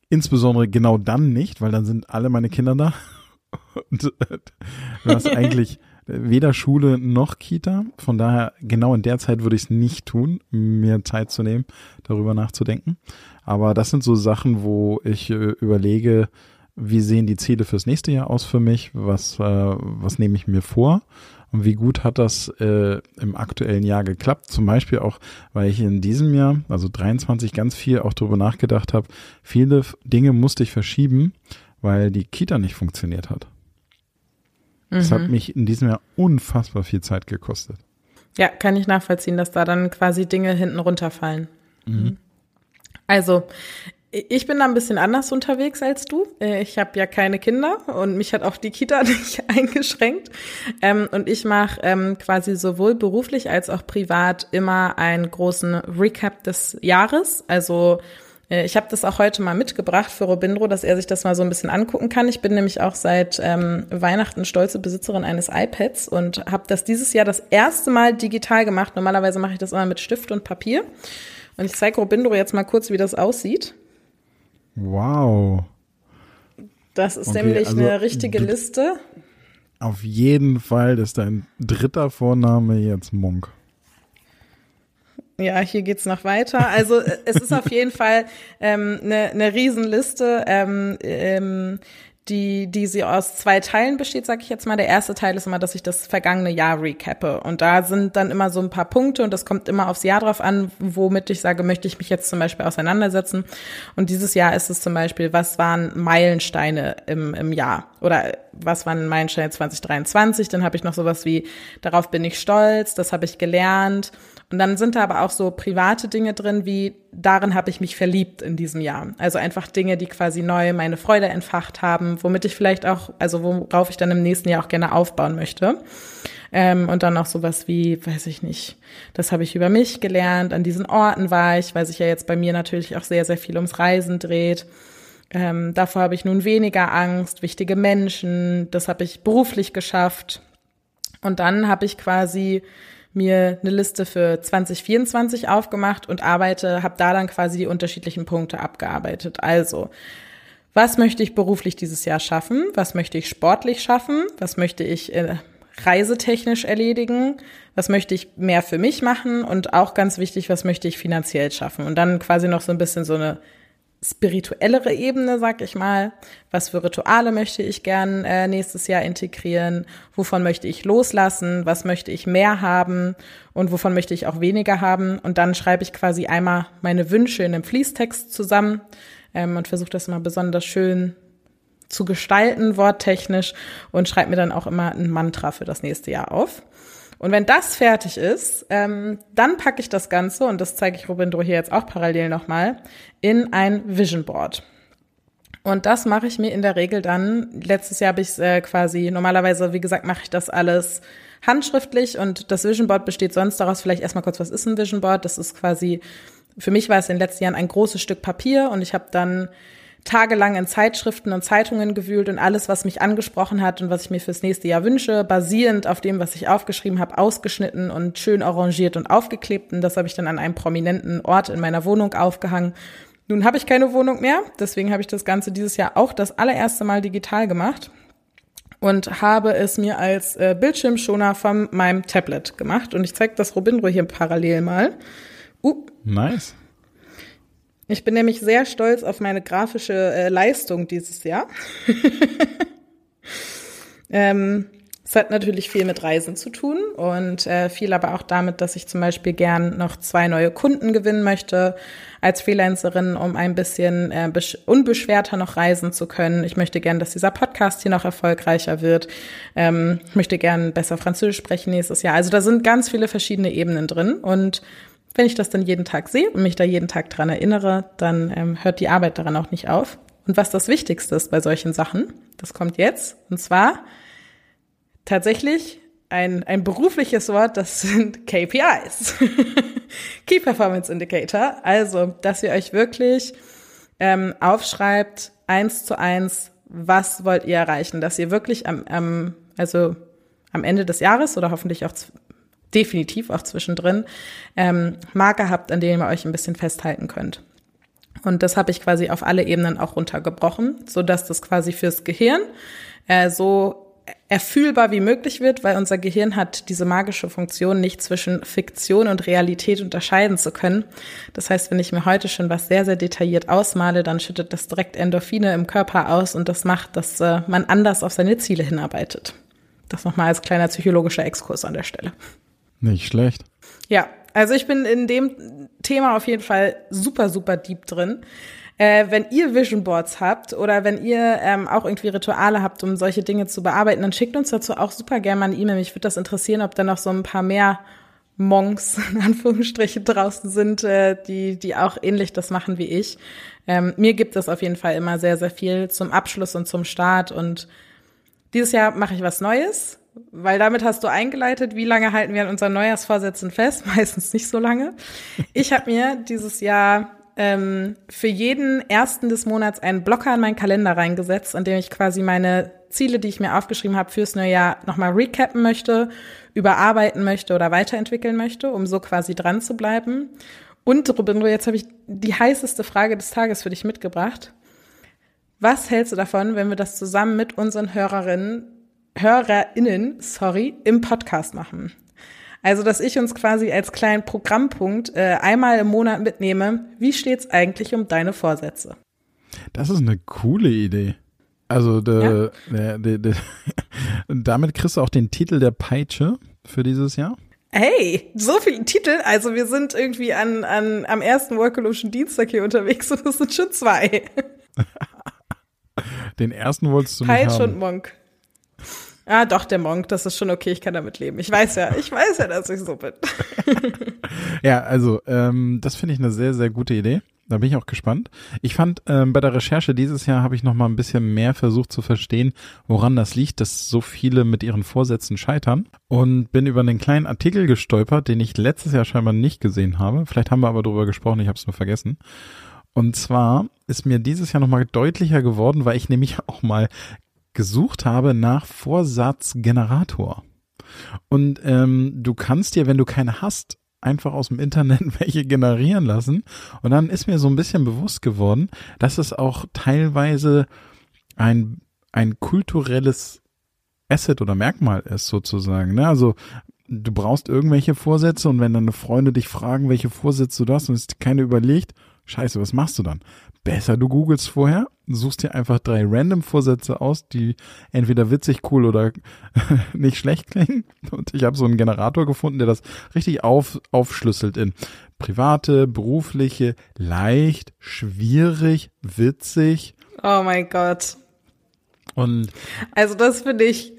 insbesondere genau dann nicht, weil dann sind alle meine Kinder da. Und du hast eigentlich weder Schule noch Kita. Von daher, genau in der Zeit würde ich es nicht tun, mir Zeit zu nehmen, darüber nachzudenken. Aber das sind so Sachen, wo ich überlege, wie sehen die Ziele fürs nächste Jahr aus für mich? Was nehme ich mir vor? Und wie gut hat das im aktuellen Jahr geklappt? Zum Beispiel auch, weil ich in diesem Jahr, also 23, ganz viel auch darüber nachgedacht habe. Viele Dinge musste ich verschieben, weil die Kita nicht funktioniert hat. Das hat mich in diesem Jahr unfassbar viel Zeit gekostet. Ja, kann ich nachvollziehen, dass da dann quasi Dinge hinten runterfallen. Also, ich bin da ein bisschen anders unterwegs als du. Ich habe ja keine Kinder und mich hat auch die Kita nicht eingeschränkt. Und ich mache quasi sowohl beruflich als auch privat immer einen großen Recap des Jahres. Also ich habe das auch heute mal mitgebracht für Robindro, dass er sich das mal so ein bisschen angucken kann. Ich bin nämlich auch seit Weihnachten stolze Besitzerin eines iPads und habe das dieses Jahr das erste Mal digital gemacht. Normalerweise mache ich das immer mit Stift und Papier. Und ich zeige Robindro jetzt mal kurz, wie das aussieht. Wow. Das ist nämlich also eine richtige Liste. Auf jeden Fall ist dein dritter Vorname jetzt Monk. Ja, hier geht's noch weiter. Also es ist auf jeden Fall eine Riesenliste, die sie aus 2 Teilen besteht, sag ich jetzt mal. Der erste Teil ist immer, dass ich das vergangene Jahr recappe. Und da sind dann immer so ein paar Punkte und das kommt immer aufs Jahr drauf an, womit ich sage, möchte ich mich jetzt zum Beispiel auseinandersetzen. Und dieses Jahr ist es zum Beispiel, was waren Meilensteine im Jahr? Oder was waren Meilensteine 2023? Dann habe ich noch sowas wie, darauf bin ich stolz, das habe ich gelernt. Und dann sind da aber auch so private Dinge drin, wie darin habe ich mich verliebt in diesem Jahr. Also einfach Dinge, die quasi neu meine Freude entfacht haben, womit ich vielleicht auch, also worauf ich dann im nächsten Jahr auch gerne aufbauen möchte. Und dann auch sowas wie, weiß ich nicht, das habe ich über mich gelernt, an diesen Orten war ich, weil sich ja jetzt bei mir natürlich auch sehr, sehr viel ums Reisen dreht. Davor habe ich nun weniger Angst, wichtige Menschen, das habe ich beruflich geschafft. Und dann habe ich quasi mir eine Liste für 2024 aufgemacht und habe da dann quasi die unterschiedlichen Punkte abgearbeitet. Also, was möchte ich beruflich dieses Jahr schaffen? Was möchte ich sportlich schaffen? Was möchte ich reisetechnisch erledigen? Was möchte ich mehr für mich machen? Und auch ganz wichtig, was möchte ich finanziell schaffen? Und dann quasi noch so ein bisschen so eine spirituellere Ebene, sag ich mal. Was für Rituale möchte ich gern nächstes Jahr integrieren? Wovon möchte ich loslassen? Was möchte ich mehr haben? Und wovon möchte ich auch weniger haben? Und dann schreibe ich quasi einmal meine Wünsche in einem Fließtext zusammen und versuche das immer besonders schön zu gestalten, worttechnisch, und schreibe mir dann auch immer ein Mantra für das nächste Jahr auf. Und wenn das fertig ist, dann packe ich das Ganze, und das zeige ich Robindro hier jetzt auch parallel nochmal, in ein Vision Board. Und das mache ich mir in der Regel dann, letztes Jahr habe ich es quasi, normalerweise, wie gesagt, mache ich das alles handschriftlich, und das Vision Board besteht sonst daraus, vielleicht erstmal kurz, was ist ein Vision Board? Das ist quasi, für mich war es in den letzten Jahren ein großes Stück Papier, und ich habe dann tagelang in Zeitschriften und Zeitungen gewühlt und alles, was mich angesprochen hat und was ich mir fürs nächste Jahr wünsche, basierend auf dem, was ich aufgeschrieben habe, ausgeschnitten und schön arrangiert und aufgeklebt. Und das habe ich dann an einem prominenten Ort in meiner Wohnung aufgehangen. Nun habe ich keine Wohnung mehr, deswegen habe ich das Ganze dieses Jahr auch das allererste Mal digital gemacht und habe es mir als Bildschirmschoner von meinem Tablet gemacht. Und ich zeige das Robindro hier parallel mal. Nice. Ich bin nämlich sehr stolz auf meine grafische Leistung dieses Jahr. Es hat natürlich viel mit Reisen zu tun und viel aber auch damit, dass ich zum Beispiel gern noch 2 neue Kunden gewinnen möchte als Freelancerin, um ein bisschen unbeschwerter noch reisen zu können. Ich möchte gern, dass dieser Podcast hier noch erfolgreicher wird. Ich möchte gern besser Französisch sprechen nächstes Jahr. Also da sind ganz viele verschiedene Ebenen drin, und wenn ich das dann jeden Tag sehe und mich da jeden Tag dran erinnere, dann hört die Arbeit daran auch nicht auf. Und was das Wichtigste ist bei solchen Sachen, das kommt jetzt, und zwar tatsächlich ein berufliches Wort, das sind KPIs, Key Performance Indicator. Also, dass ihr euch wirklich aufschreibt, 1:1, was wollt ihr erreichen, dass ihr wirklich am Ende des Jahres oder hoffentlich auch definitiv auch zwischendrin Marker habt, an denen ihr euch ein bisschen festhalten könnt. Und das habe ich quasi auf alle Ebenen auch runtergebrochen, sodass das quasi fürs Gehirn so erfühlbar wie möglich wird, weil unser Gehirn hat diese magische Funktion, nicht zwischen Fiktion und Realität unterscheiden zu können. Das heißt, wenn ich mir heute schon was sehr, sehr detailliert ausmale, dann schüttet das direkt Endorphine im Körper aus und das macht, dass man anders auf seine Ziele hinarbeitet. Das nochmal als kleiner psychologischer Exkurs an der Stelle. Nicht schlecht. Ja, also ich bin in dem Thema auf jeden Fall super, super deep drin. Wenn ihr Vision Boards habt oder wenn ihr auch irgendwie Rituale habt, um solche Dinge zu bearbeiten, dann schickt uns dazu auch super gerne mal eine E-Mail. Mich würde das interessieren, ob da noch so ein paar mehr Monks, in Anführungsstrichen, draußen sind, die auch ähnlich das machen wie ich. Mir gibt es auf jeden Fall immer sehr, sehr viel zum Abschluss und zum Start. Und dieses Jahr mache ich was Neues, weil damit hast du eingeleitet, wie lange halten wir an unseren Neujahrsvorsätzen fest? Meistens nicht so lange. Ich habe mir dieses Jahr für jeden ersten des Monats einen Blocker in meinen Kalender reingesetzt, an dem ich quasi meine Ziele, die ich mir aufgeschrieben habe, fürs neue Jahr nochmal recappen möchte, überarbeiten möchte oder weiterentwickeln möchte, um so quasi dran zu bleiben. Und Robindro, jetzt habe ich die heißeste Frage des Tages für dich mitgebracht. Was hältst du davon, wenn wir das zusammen mit unseren HörerInnen, im Podcast machen? Also, dass ich uns quasi als kleinen Programmpunkt einmal im Monat mitnehme, wie steht's eigentlich um deine Vorsätze? Das ist eine coole Idee. Also damit kriegst du auch den Titel der Peitsche für dieses Jahr. Hey, so viele Titel. Also wir sind irgendwie am ersten Workolution Dienstag hier unterwegs und es sind schon 2. Den ersten wolltest du nicht Peitsche haben. und Monk. Ah, doch, der Monk, das ist schon okay, ich kann damit leben. Ich weiß ja, dass ich so bin. Ja, also das finde ich eine sehr, sehr gute Idee. Da bin ich auch gespannt. Ich fand, bei der Recherche dieses Jahr habe ich noch mal ein bisschen mehr versucht zu verstehen, woran das liegt, dass so viele mit ihren Vorsätzen scheitern. Und bin über einen kleinen Artikel gestolpert, den ich letztes Jahr scheinbar nicht gesehen habe. Vielleicht haben wir aber drüber gesprochen, ich habe es nur vergessen. Und zwar ist mir dieses Jahr noch mal deutlicher geworden, weil ich nämlich auch mal gesucht habe nach Vorsatzgenerator. Und du kannst dir, wenn du keine hast, einfach aus dem Internet welche generieren lassen. Und dann ist mir so ein bisschen bewusst geworden, dass es auch teilweise ein kulturelles Asset oder Merkmal ist sozusagen. Ne? Also du brauchst irgendwelche Vorsätze und wenn deine Freunde dich fragen, welche Vorsätze du hast und es keine überlegt, scheiße, was machst du dann? Besser, du googelst vorher, suchst dir einfach 3 random Vorsätze aus, die entweder witzig, cool oder nicht schlecht klingen. Und ich habe so einen Generator gefunden, der das richtig aufschlüsselt in private, berufliche, leicht, schwierig, witzig. Oh mein Gott. Und also das finde ich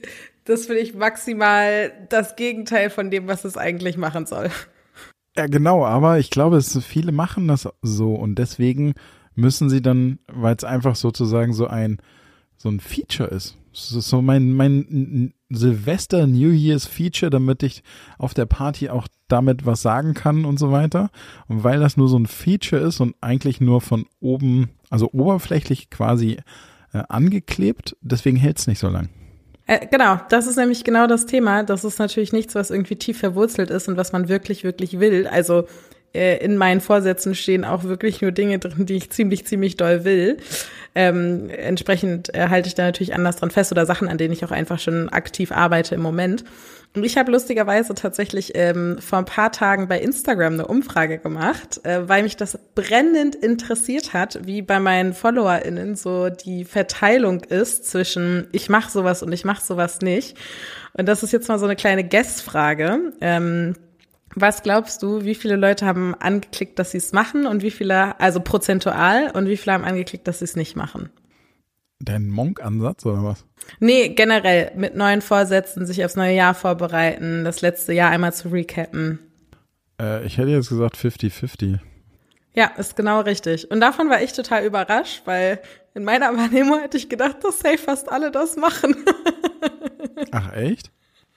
maximal das Gegenteil von dem, was es eigentlich machen soll. Ja, genau, aber ich glaube, viele machen das so und deswegen müssen sie dann, weil es einfach sozusagen so ein Feature ist. Das ist so mein Silvester New Year's Feature, damit ich auf der Party auch damit was sagen kann und so weiter. Und weil das nur so ein Feature ist und eigentlich nur von oben, also oberflächlich quasi angeklebt, deswegen hält es nicht so lang. Genau, das ist nämlich genau das Thema. Das ist natürlich nichts, was irgendwie tief verwurzelt ist und was man wirklich, wirklich will. Also in meinen Vorsätzen stehen auch wirklich nur Dinge drin, die ich ziemlich, ziemlich doll will. Entsprechend halte ich da natürlich anders dran fest oder Sachen, an denen ich auch einfach schon aktiv arbeite im Moment. Und ich habe lustigerweise tatsächlich vor ein paar Tagen bei Instagram eine Umfrage gemacht, weil mich das brennend interessiert hat, wie bei meinen FollowerInnen so die Verteilung ist zwischen ich mache sowas und ich mache sowas nicht. Und das ist jetzt mal so eine kleine Guess-Frage. Was glaubst du, wie viele Leute haben angeklickt, dass sie es machen und wie viele, also prozentual, und wie viele haben angeklickt, dass sie es nicht machen? Dein Monk-Ansatz oder was? Nee, generell mit neuen Vorsätzen, sich aufs neue Jahr vorbereiten, das letzte Jahr einmal zu recappen. Ich hätte jetzt gesagt 50-50. Ja, ist genau richtig. Und davon war ich total überrascht, weil in meiner Wahrnehmung hätte ich gedacht, dass safe fast alle das machen. Ach, echt?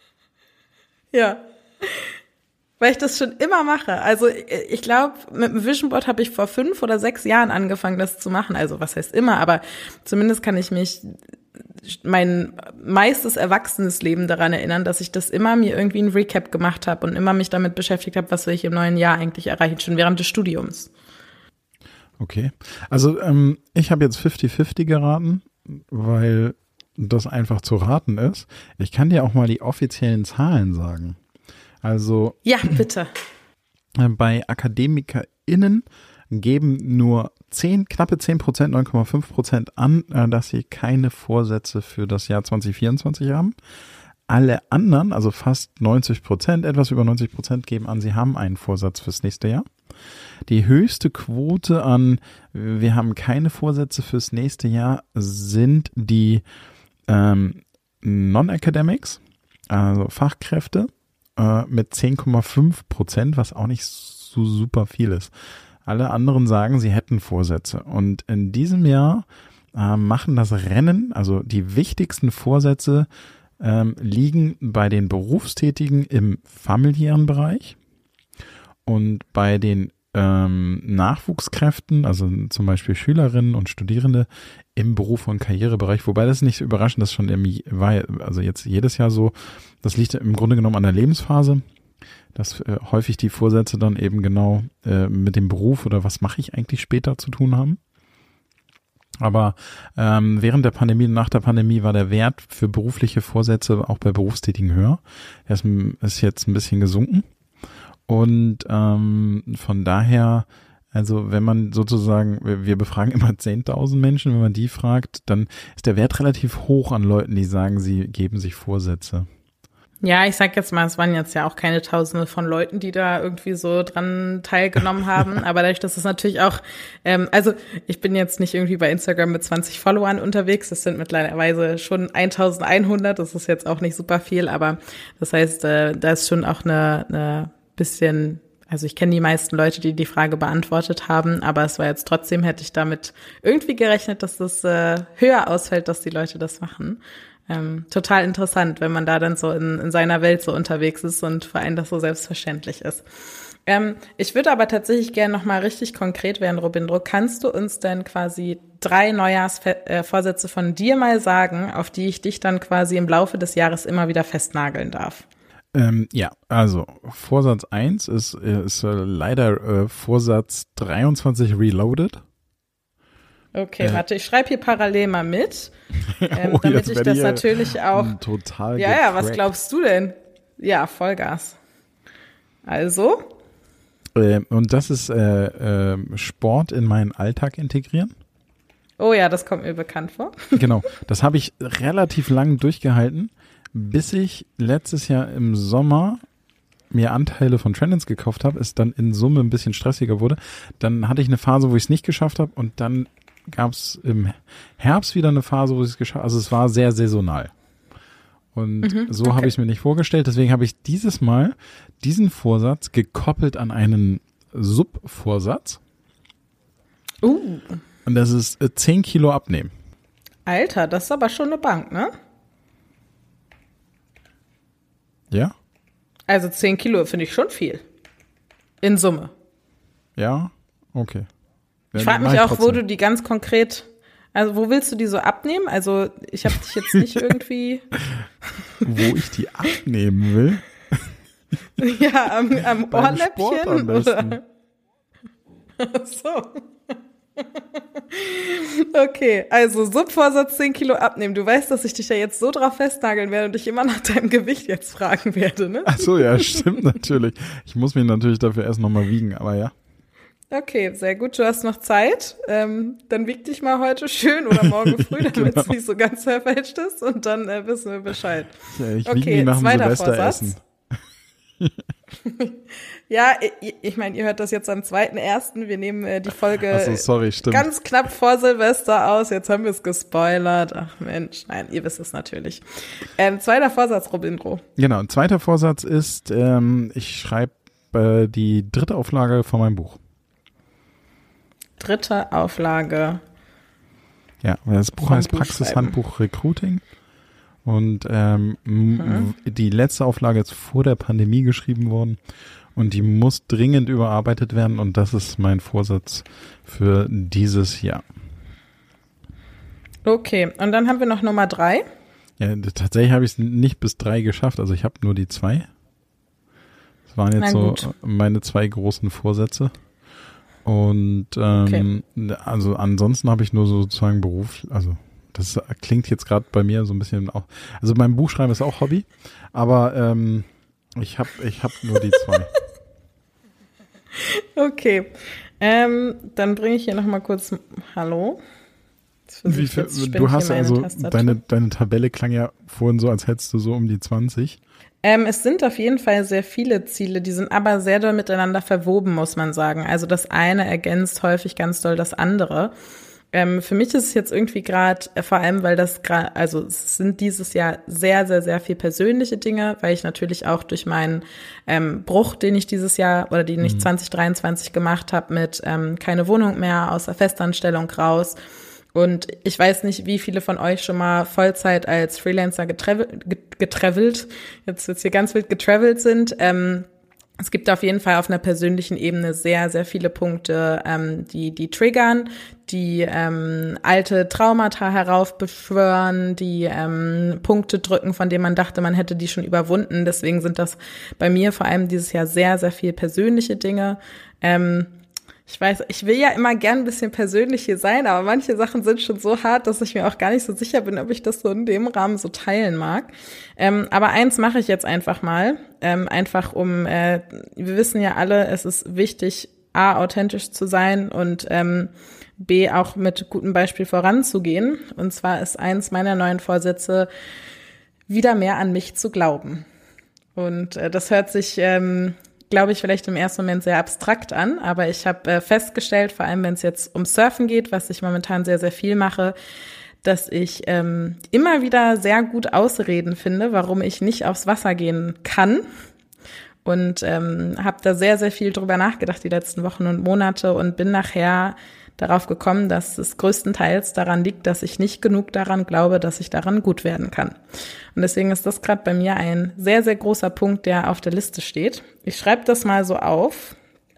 Ja. Weil ich das schon immer mache. Also ich glaube, mit dem Vision Board habe ich vor 5 oder 6 Jahren angefangen, das zu machen. Also was heißt immer, aber zumindest kann ich mich mein meistes erwachsenes Leben daran erinnern, dass ich das immer mir irgendwie ein Recap gemacht habe und immer mich damit beschäftigt habe, was will ich im neuen Jahr eigentlich erreichen, schon während des Studiums. Okay. Also ich habe jetzt 50-50 geraten, weil das einfach zu raten ist. Ich kann dir auch mal die offiziellen Zahlen sagen. Also ja, bitte. Bei AkademikerInnen geben nur knappe 10%, 9,5% an, dass sie keine Vorsätze für das Jahr 2024 haben. Alle anderen, also fast 90%, etwas über 90% geben an, sie haben einen Vorsatz fürs nächste Jahr. Die höchste Quote an, wir haben keine Vorsätze fürs nächste Jahr, sind die Non-Academics, also Fachkräfte, mit 10,5%, was auch nicht so super viel ist. Alle anderen sagen, sie hätten Vorsätze. Und in diesem Jahr machen das Rennen, also die wichtigsten Vorsätze, liegen bei den Berufstätigen im familiären Bereich und bei den Nachwuchskräften, also zum Beispiel Schülerinnen und Studierende im Beruf- und Karrierebereich, wobei das nicht so überraschend ist, schon also jetzt jedes Jahr so, das liegt im Grunde genommen an der Lebensphase, dass häufig die Vorsätze dann eben genau mit dem Beruf oder was mache ich eigentlich später zu tun haben. Aber während der Pandemie und nach der Pandemie war der Wert für berufliche Vorsätze auch bei Berufstätigen höher. Er ist jetzt ein bisschen gesunken. Und von daher, also wenn man sozusagen, wir befragen immer 10.000 Menschen, wenn man die fragt, dann ist der Wert relativ hoch an Leuten, die sagen, sie geben sich Vorsätze. Ja, ich sag jetzt mal, es waren jetzt ja auch keine Tausende von Leuten, die da irgendwie so dran teilgenommen haben. Aber dadurch, dass es natürlich auch, also ich bin jetzt nicht irgendwie bei Instagram mit 20 Followern unterwegs. Das sind mittlerweile schon 1.100. Das ist jetzt auch nicht super viel. Aber das heißt, da ist schon auch eine bisschen, also ich kenne die meisten Leute, die die Frage beantwortet haben. Aber es war jetzt trotzdem, hätte ich damit irgendwie gerechnet, dass das höher ausfällt, dass die Leute das machen. Total interessant, wenn man da dann so in seiner Welt so unterwegs ist und für einen das so selbstverständlich ist. Ich würde aber tatsächlich gerne noch mal richtig konkret werden, Robindro. Kannst du uns denn quasi 3 Neujahrsvorsätze von dir mal sagen, auf die ich dich dann quasi im Laufe des Jahres immer wieder festnageln darf? Ja, also Vorsatz 1 ist leider Vorsatz 23 Reloaded. Okay, warte, ich schreibe hier parallel mal mit, damit ich das natürlich auch. Total ja, was glaubst du denn? Ja, Vollgas. Also? Und das ist Sport in meinen Alltag integrieren. Oh ja, das kommt mir bekannt vor. Genau, das habe ich relativ lang durchgehalten, bis ich letztes Jahr im Sommer mir Anteile von Trendens gekauft habe, es dann in Summe ein bisschen stressiger wurde. Dann hatte ich eine Phase, wo ich es nicht geschafft habe und dann gab es im Herbst wieder eine Phase, wo ich es geschafft habe. Also es war sehr saisonal. Und so habe ich es mir nicht vorgestellt. Deswegen habe ich dieses Mal diesen Vorsatz gekoppelt an einen Subvorsatz. Und das ist 10 Kilo abnehmen. Alter, das ist aber schon eine Bank, ne? Ja? Also 10 Kilo finde ich schon viel. In Summe. Ja? Okay. Ich frage mich auch, wo du die ganz konkret, also wo willst du die so abnehmen? Also ich habe dich jetzt nicht irgendwie. Wo ich die abnehmen will? Ja, am Ohrläppchen am oder? Ach so. Okay, also Subvorsatz 10 Kilo abnehmen. Du weißt, dass ich dich ja jetzt so drauf festnageln werde und dich immer nach deinem Gewicht jetzt fragen werde, ne? Ach so, ja, stimmt natürlich. Ich muss mich natürlich dafür erst nochmal wiegen, aber ja. Okay, sehr gut. Du hast noch Zeit. Dann wieg dich mal heute schön oder morgen früh, damit es nicht so ganz verfälscht ist. Und dann wissen wir Bescheid. Ja, ich wiege mich nach dem Silvesteressen. Ja, ich meine, ihr hört das jetzt am 2.1. Wir nehmen die Folge stimmt. Ganz knapp vor Silvester aus. Jetzt haben wir es gespoilert. Ach Mensch, nein, ihr wisst es natürlich. Zweiter Vorsatz, Robindro. Genau, ein zweiter Vorsatz ist, ich schreibe die 3. Auflage von meinem Buch. 3. Auflage. Ja, das Buch heißt Praxishandbuch Recruiting. Und die letzte Auflage ist vor der Pandemie geschrieben worden und die muss dringend überarbeitet werden und das ist mein Vorsatz für dieses Jahr. Okay, und dann haben wir noch Nummer 3. Ja, tatsächlich habe ich es nicht bis 3 geschafft, also ich habe nur die 2. Das waren jetzt so meine 2 großen Vorsätze. Und Okay. also ansonsten habe ich nur sozusagen Beruf, also das klingt jetzt gerade bei mir so ein bisschen auch, also mein Buchschreiben ist auch Hobby, aber ich hab nur die zwei. Okay. Dann bringe ich hier nochmal kurz Hallo. Wie viel, du hast also, deine Tabelle klang ja vorhin so, als hättest du so um die 20. Es sind auf jeden Fall sehr viele Ziele, die sind aber sehr doll miteinander verwoben, muss man sagen. Also das eine ergänzt häufig ganz doll das andere. Für mich ist es jetzt irgendwie gerade, vor allem, weil das gerade, also es sind dieses Jahr sehr, sehr, sehr viel persönliche Dinge, weil ich natürlich auch durch meinen Bruch, den ich dieses Jahr oder den ich 2023 gemacht habe, mit keine Wohnung mehr, aus der Festanstellung raus. Und ich weiß nicht, wie viele von euch schon mal Vollzeit als Freelancer getravelt, jetzt hier ganz wild getravelt sind. Es gibt auf jeden Fall auf einer persönlichen Ebene sehr, sehr viele Punkte, die triggern, die alte Traumata heraufbeschwören, die Punkte drücken, von denen man dachte, man hätte die schon überwunden. Deswegen sind das bei mir vor allem dieses Jahr sehr, sehr viel persönliche Dinge. Ich weiß, ich will ja immer gern ein bisschen persönlich hier sein, aber manche Sachen sind schon so hart, dass ich mir auch gar nicht so sicher bin, ob ich das so in dem Rahmen so teilen mag. Aber eins mache ich jetzt einfach mal, einfach wir wissen ja alle, es ist wichtig, A, authentisch zu sein und B, auch mit gutem Beispiel voranzugehen. Und zwar ist eins meiner neuen Vorsätze, wieder mehr an mich zu glauben. Und das hört sich glaube ich, vielleicht im ersten Moment sehr abstrakt an, aber ich habe festgestellt, vor allem wenn es jetzt um Surfen geht, was ich momentan sehr, sehr viel mache, dass ich immer wieder sehr gut Ausreden finde, warum ich nicht aufs Wasser gehen kann. Und habe da sehr, sehr viel drüber nachgedacht die letzten Wochen und Monate und bin nachher darauf gekommen, dass es größtenteils daran liegt, dass ich nicht genug daran glaube, dass ich daran gut werden kann. Und deswegen ist das gerade bei mir ein sehr, sehr großer Punkt, der auf der Liste steht. Ich schreibe das mal so auf.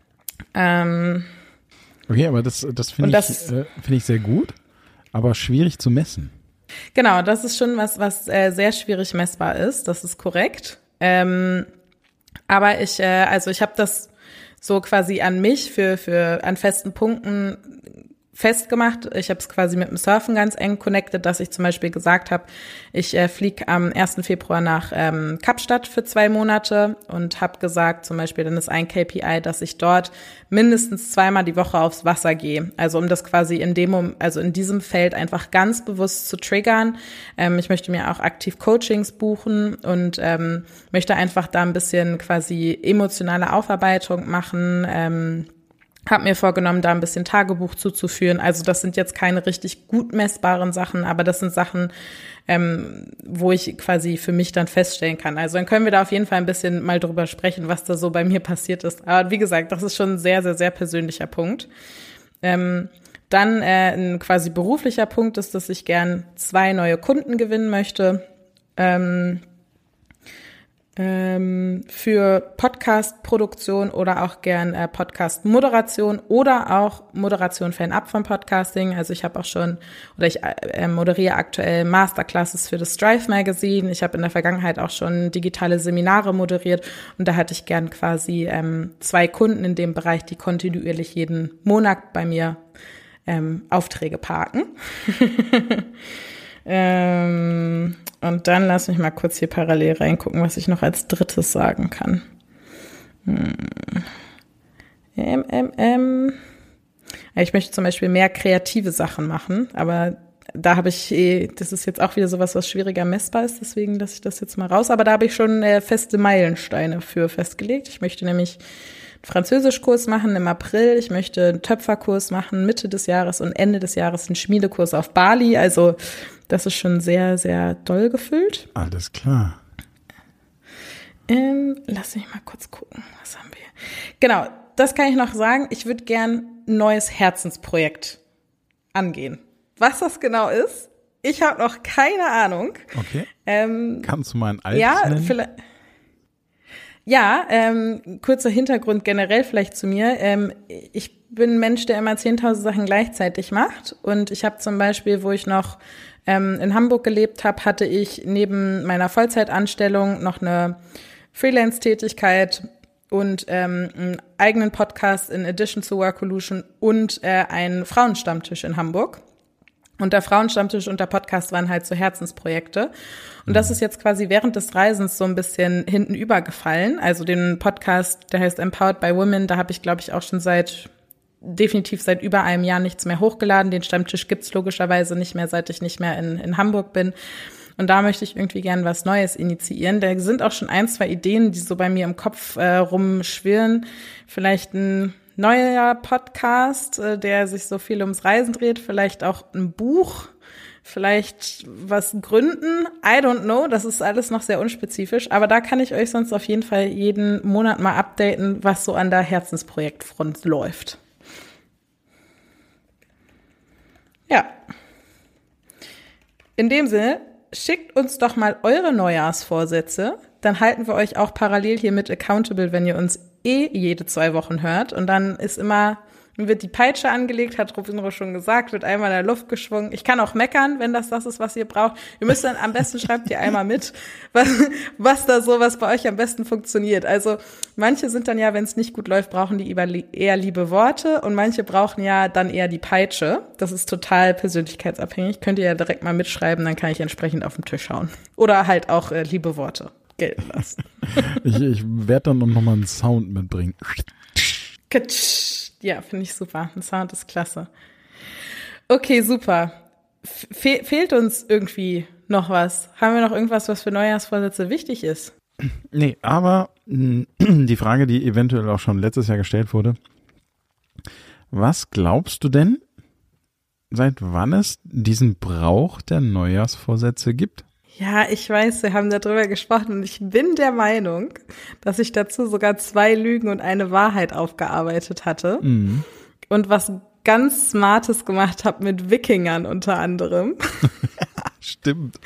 Okay, aber das finde ich sehr gut, aber schwierig zu messen. Genau, das ist schon was sehr schwierig messbar ist. Das ist korrekt. Aber ich habe das so quasi an mich an festen Punkten festgemacht. Ich habe es quasi mit dem Surfen ganz eng connected, dass ich zum Beispiel gesagt habe, ich fliege am 1. Februar nach Kapstadt für 2 Monate und habe gesagt, zum Beispiel, dann ist ein KPI, dass ich dort mindestens 2-mal die Woche aufs Wasser gehe. Also um das quasi in diesem Feld einfach ganz bewusst zu triggern. Ich möchte mir auch aktiv Coachings buchen und möchte einfach da ein bisschen quasi emotionale Aufarbeitung machen, habe mir vorgenommen, da ein bisschen Tagebuch zuzuführen. Also das sind jetzt keine richtig gut messbaren Sachen, aber das sind Sachen, wo ich quasi für mich dann feststellen kann. Also dann können wir da auf jeden Fall ein bisschen mal drüber sprechen, was da so bei mir passiert ist. Aber wie gesagt, das ist schon ein sehr, sehr, sehr persönlicher Punkt. Dann ein quasi beruflicher Punkt ist, dass ich gern 2 neue Kunden gewinnen möchte. Für Podcast-Produktion oder auch gern Podcast-Moderation oder auch Moderation fernab vom Podcasting. Also ich habe auch schon, oder ich moderiere aktuell Masterclasses für das Strive Magazine. Ich habe in der Vergangenheit auch schon digitale Seminare moderiert und da hatte ich gern quasi 2 Kunden in dem Bereich, die kontinuierlich jeden Monat bei mir Aufträge parken. Und dann lass mich mal kurz hier parallel reingucken, was ich noch als drittes sagen kann. Ich möchte zum Beispiel mehr kreative Sachen machen, aber da habe ich, das ist jetzt auch wieder sowas, was schwieriger messbar ist, deswegen lasse ich das jetzt mal raus. Aber da habe ich schon feste Meilensteine für festgelegt. Ich möchte nämlich einen Französischkurs machen im April. Ich möchte einen Töpferkurs machen Mitte des Jahres und Ende des Jahres einen Schmiedekurs auf Bali. Also das ist schon sehr, sehr doll gefüllt. Alles klar. Lass mich mal kurz gucken, was haben wir hier? Genau, das kann ich noch sagen. Ich würde gern ein neues Herzensprojekt angehen. Was das genau ist, ich habe noch keine Ahnung. Okay. Kannst du mal ein altes nennen? Vielleicht. Ja, kurzer Hintergrund generell vielleicht zu mir. Ich bin ein Mensch, der immer 10.000 Sachen gleichzeitig macht. Und ich habe zum Beispiel, wo ich noch in Hamburg gelebt habe, hatte ich neben meiner Vollzeitanstellung noch eine Freelance-Tätigkeit und einen eigenen Podcast in addition zu Workolution und einen Frauenstammtisch in Hamburg. Und der Frauenstammtisch und der Podcast waren halt so Herzensprojekte. Und das ist jetzt quasi während des Reisens so ein bisschen hinten übergefallen. Also den Podcast, der heißt Empowered by Women, da habe ich, glaube ich, auch schon definitiv seit über einem Jahr nichts mehr hochgeladen. Den Stammtisch gibt's logischerweise nicht mehr, seit ich nicht mehr in Hamburg bin. Und da möchte ich irgendwie gern was Neues initiieren. Da sind auch schon 1, 2 Ideen, die so bei mir im Kopf rumschwirren. Vielleicht ein neuer Podcast, der sich so viel ums Reisen dreht. Vielleicht auch ein Buch. Vielleicht was gründen. I don't know. Das ist alles noch sehr unspezifisch. Aber da kann ich euch sonst auf jeden Fall jeden Monat mal updaten, was so an der Herzensprojektfront läuft. Ja. In dem Sinne, schickt uns doch mal eure Neujahrsvorsätze, dann halten wir euch auch parallel hier mit accountable, wenn ihr uns jede 2 Wochen hört. Und dann wird die Peitsche angelegt, hat Robinro schon gesagt, wird einmal in der Luft geschwungen. Ich kann auch meckern, wenn das ist, was ihr braucht. Ihr müsst dann am besten, schreibt ihr einmal mit, was bei euch am besten funktioniert. Also manche sind dann ja, wenn es nicht gut läuft, brauchen die eher liebe Worte und manche brauchen ja dann eher die Peitsche. Das ist total persönlichkeitsabhängig. Könnt ihr ja direkt mal mitschreiben, dann kann ich entsprechend auf den Tisch hauen. Oder halt auch liebe Worte gelten lassen. Ich werde dann noch mal einen Sound mitbringen. Ja, finde ich super. Ein Sound ist klasse. Okay, super. Fehlt uns irgendwie noch was? Haben wir noch irgendwas, was für Neujahrsvorsätze wichtig ist? Nee, aber die Frage, die eventuell auch schon letztes Jahr gestellt wurde. Was glaubst du denn, seit wann es diesen Brauch der Neujahrsvorsätze gibt? Ja, ich weiß, wir haben darüber gesprochen und ich bin der Meinung, dass ich dazu sogar 2 Lügen und eine Wahrheit aufgearbeitet hatte und was ganz Smartes gemacht habe mit Wikingern unter anderem. Stimmt.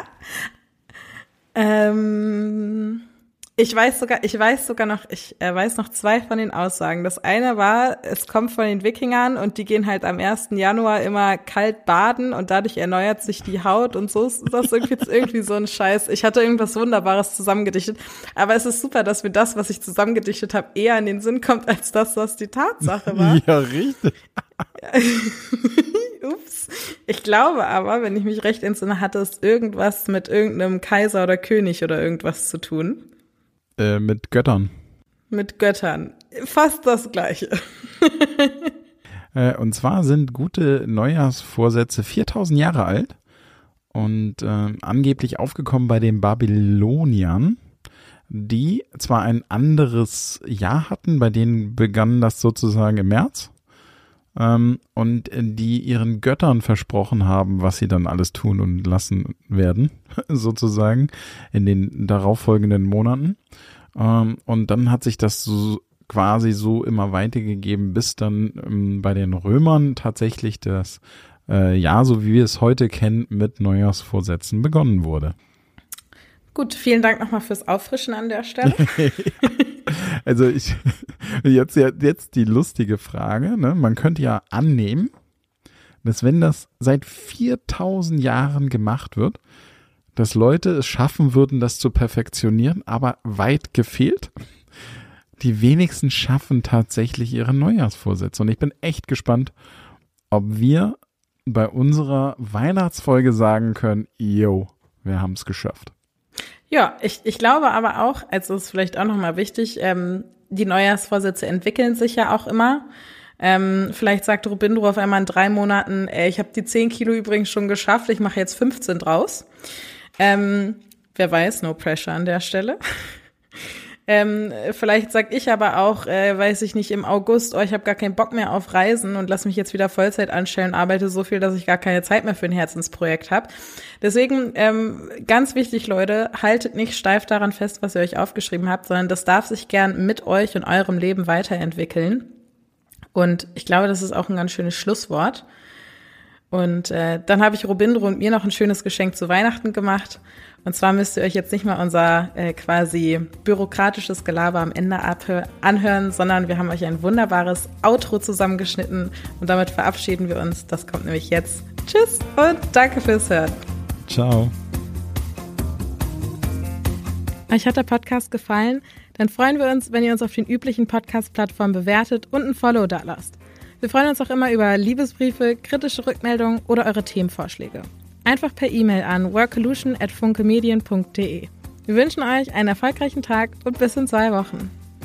Ich weiß noch 2 von den Aussagen. Das eine war, es kommt von den Wikingern und die gehen halt am 1. Januar immer kalt baden und dadurch erneuert sich die Haut und so ist das irgendwie so ein Scheiß. Ich hatte irgendwas Wunderbares zusammengedichtet, aber es ist super, dass mir das, was ich zusammengedichtet habe, eher in den Sinn kommt, als das, was die Tatsache war. Ja, richtig. Ups. Ich glaube aber, wenn ich mich recht entsinne, hatte es irgendwas mit irgendeinem Kaiser oder König oder irgendwas zu tun. Mit Göttern. Mit Göttern. Fast das Gleiche. Und zwar sind gute Neujahrsvorsätze 4000 Jahre alt und angeblich aufgekommen bei den Babyloniern, die zwar ein anderes Jahr hatten, bei denen begann das sozusagen im März, und die ihren Göttern versprochen haben, was sie dann alles tun und lassen werden, sozusagen, in den darauffolgenden Monaten. Und dann hat sich das quasi so immer weitergegeben, bis dann bei den Römern tatsächlich das Jahr, so wie wir es heute kennen, mit Neujahrsvorsätzen begonnen wurde. Gut, vielen Dank nochmal fürs Auffrischen an der Stelle. Also jetzt die lustige Frage, ne? Man könnte ja annehmen, dass wenn das seit 4000 Jahren gemacht wird, dass Leute es schaffen würden, das zu perfektionieren, aber weit gefehlt. Die wenigsten schaffen tatsächlich ihre Neujahrsvorsätze. Und ich bin echt gespannt, ob wir bei unserer Weihnachtsfolge sagen können, yo, wir haben es geschafft. Ja, ich glaube aber auch, also ist vielleicht auch nochmal wichtig, die Neujahrsvorsätze entwickeln sich ja auch immer. Vielleicht sagt Robindro auf einmal in 3 Monaten, ich habe die 10 Kilo übrigens schon geschafft, ich mache jetzt 15 draus. Wer weiß, no pressure an der Stelle. Vielleicht sag ich aber auch, weiß ich nicht, im August, ich habe gar keinen Bock mehr auf Reisen und lass mich jetzt wieder Vollzeit anstellen, arbeite so viel, dass ich gar keine Zeit mehr für ein Herzensprojekt habe. Deswegen, ganz wichtig, Leute, haltet nicht steif daran fest, was ihr euch aufgeschrieben habt, sondern das darf sich gern mit euch und eurem Leben weiterentwickeln. Und ich glaube, das ist auch ein ganz schönes Schlusswort. Und dann habe ich Robindro und mir noch ein schönes Geschenk zu Weihnachten gemacht. Und zwar müsst ihr euch jetzt nicht mal unser quasi bürokratisches Gelaber am Ende anhören, sondern wir haben euch ein wunderbares Outro zusammengeschnitten und damit verabschieden wir uns. Das kommt nämlich jetzt. Tschüss und danke fürs Hören. Ciao. Euch hat der Podcast gefallen? dann freuen wir uns, wenn ihr uns auf den üblichen Podcast-Plattformen bewertet und ein Follow dalasst. Wir freuen uns auch immer über Liebesbriefe, kritische Rückmeldungen oder eure Themenvorschläge. Einfach per E-Mail an workolution@funkemedien.de. Wir wünschen euch einen erfolgreichen Tag und bis in 2 Wochen.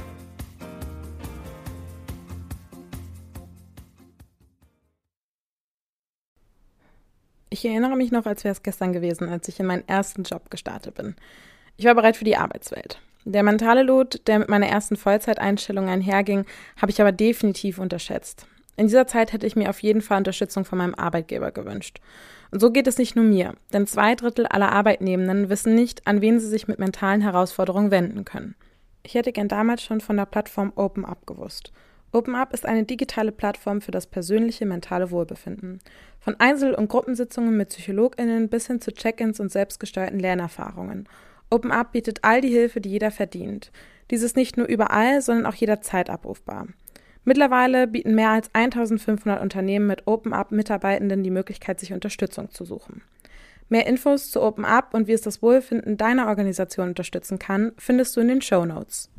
Ich erinnere mich noch, als wäre es gestern gewesen, als ich in meinen ersten Job gestartet bin. Ich war bereit für die Arbeitswelt. Der mentale Load, der mit meiner ersten Vollzeiteinstellung einherging, habe ich aber definitiv unterschätzt. In dieser Zeit hätte ich mir auf jeden Fall Unterstützung von meinem Arbeitgeber gewünscht. Und so geht es nicht nur mir, denn 2/3 aller Arbeitnehmenden wissen nicht, an wen sie sich mit mentalen Herausforderungen wenden können. Ich hätte gern damals schon von der Plattform OpenUp gewusst. OpenUp ist eine digitale Plattform für das persönliche mentale Wohlbefinden. Von Einzel- und Gruppensitzungen mit PsychologInnen bis hin zu Check-ins und selbstgesteuerten Lernerfahrungen. OpenUp bietet all die Hilfe, die jeder verdient. Dies ist nicht nur überall, sondern auch jederzeit abrufbar. Mittlerweile bieten mehr als 1500 Unternehmen mit OpenUp Mitarbeitenden die Möglichkeit, sich Unterstützung zu suchen. Mehr Infos zu OpenUp und wie es das Wohlbefinden deiner Organisation unterstützen kann, findest du in den Shownotes.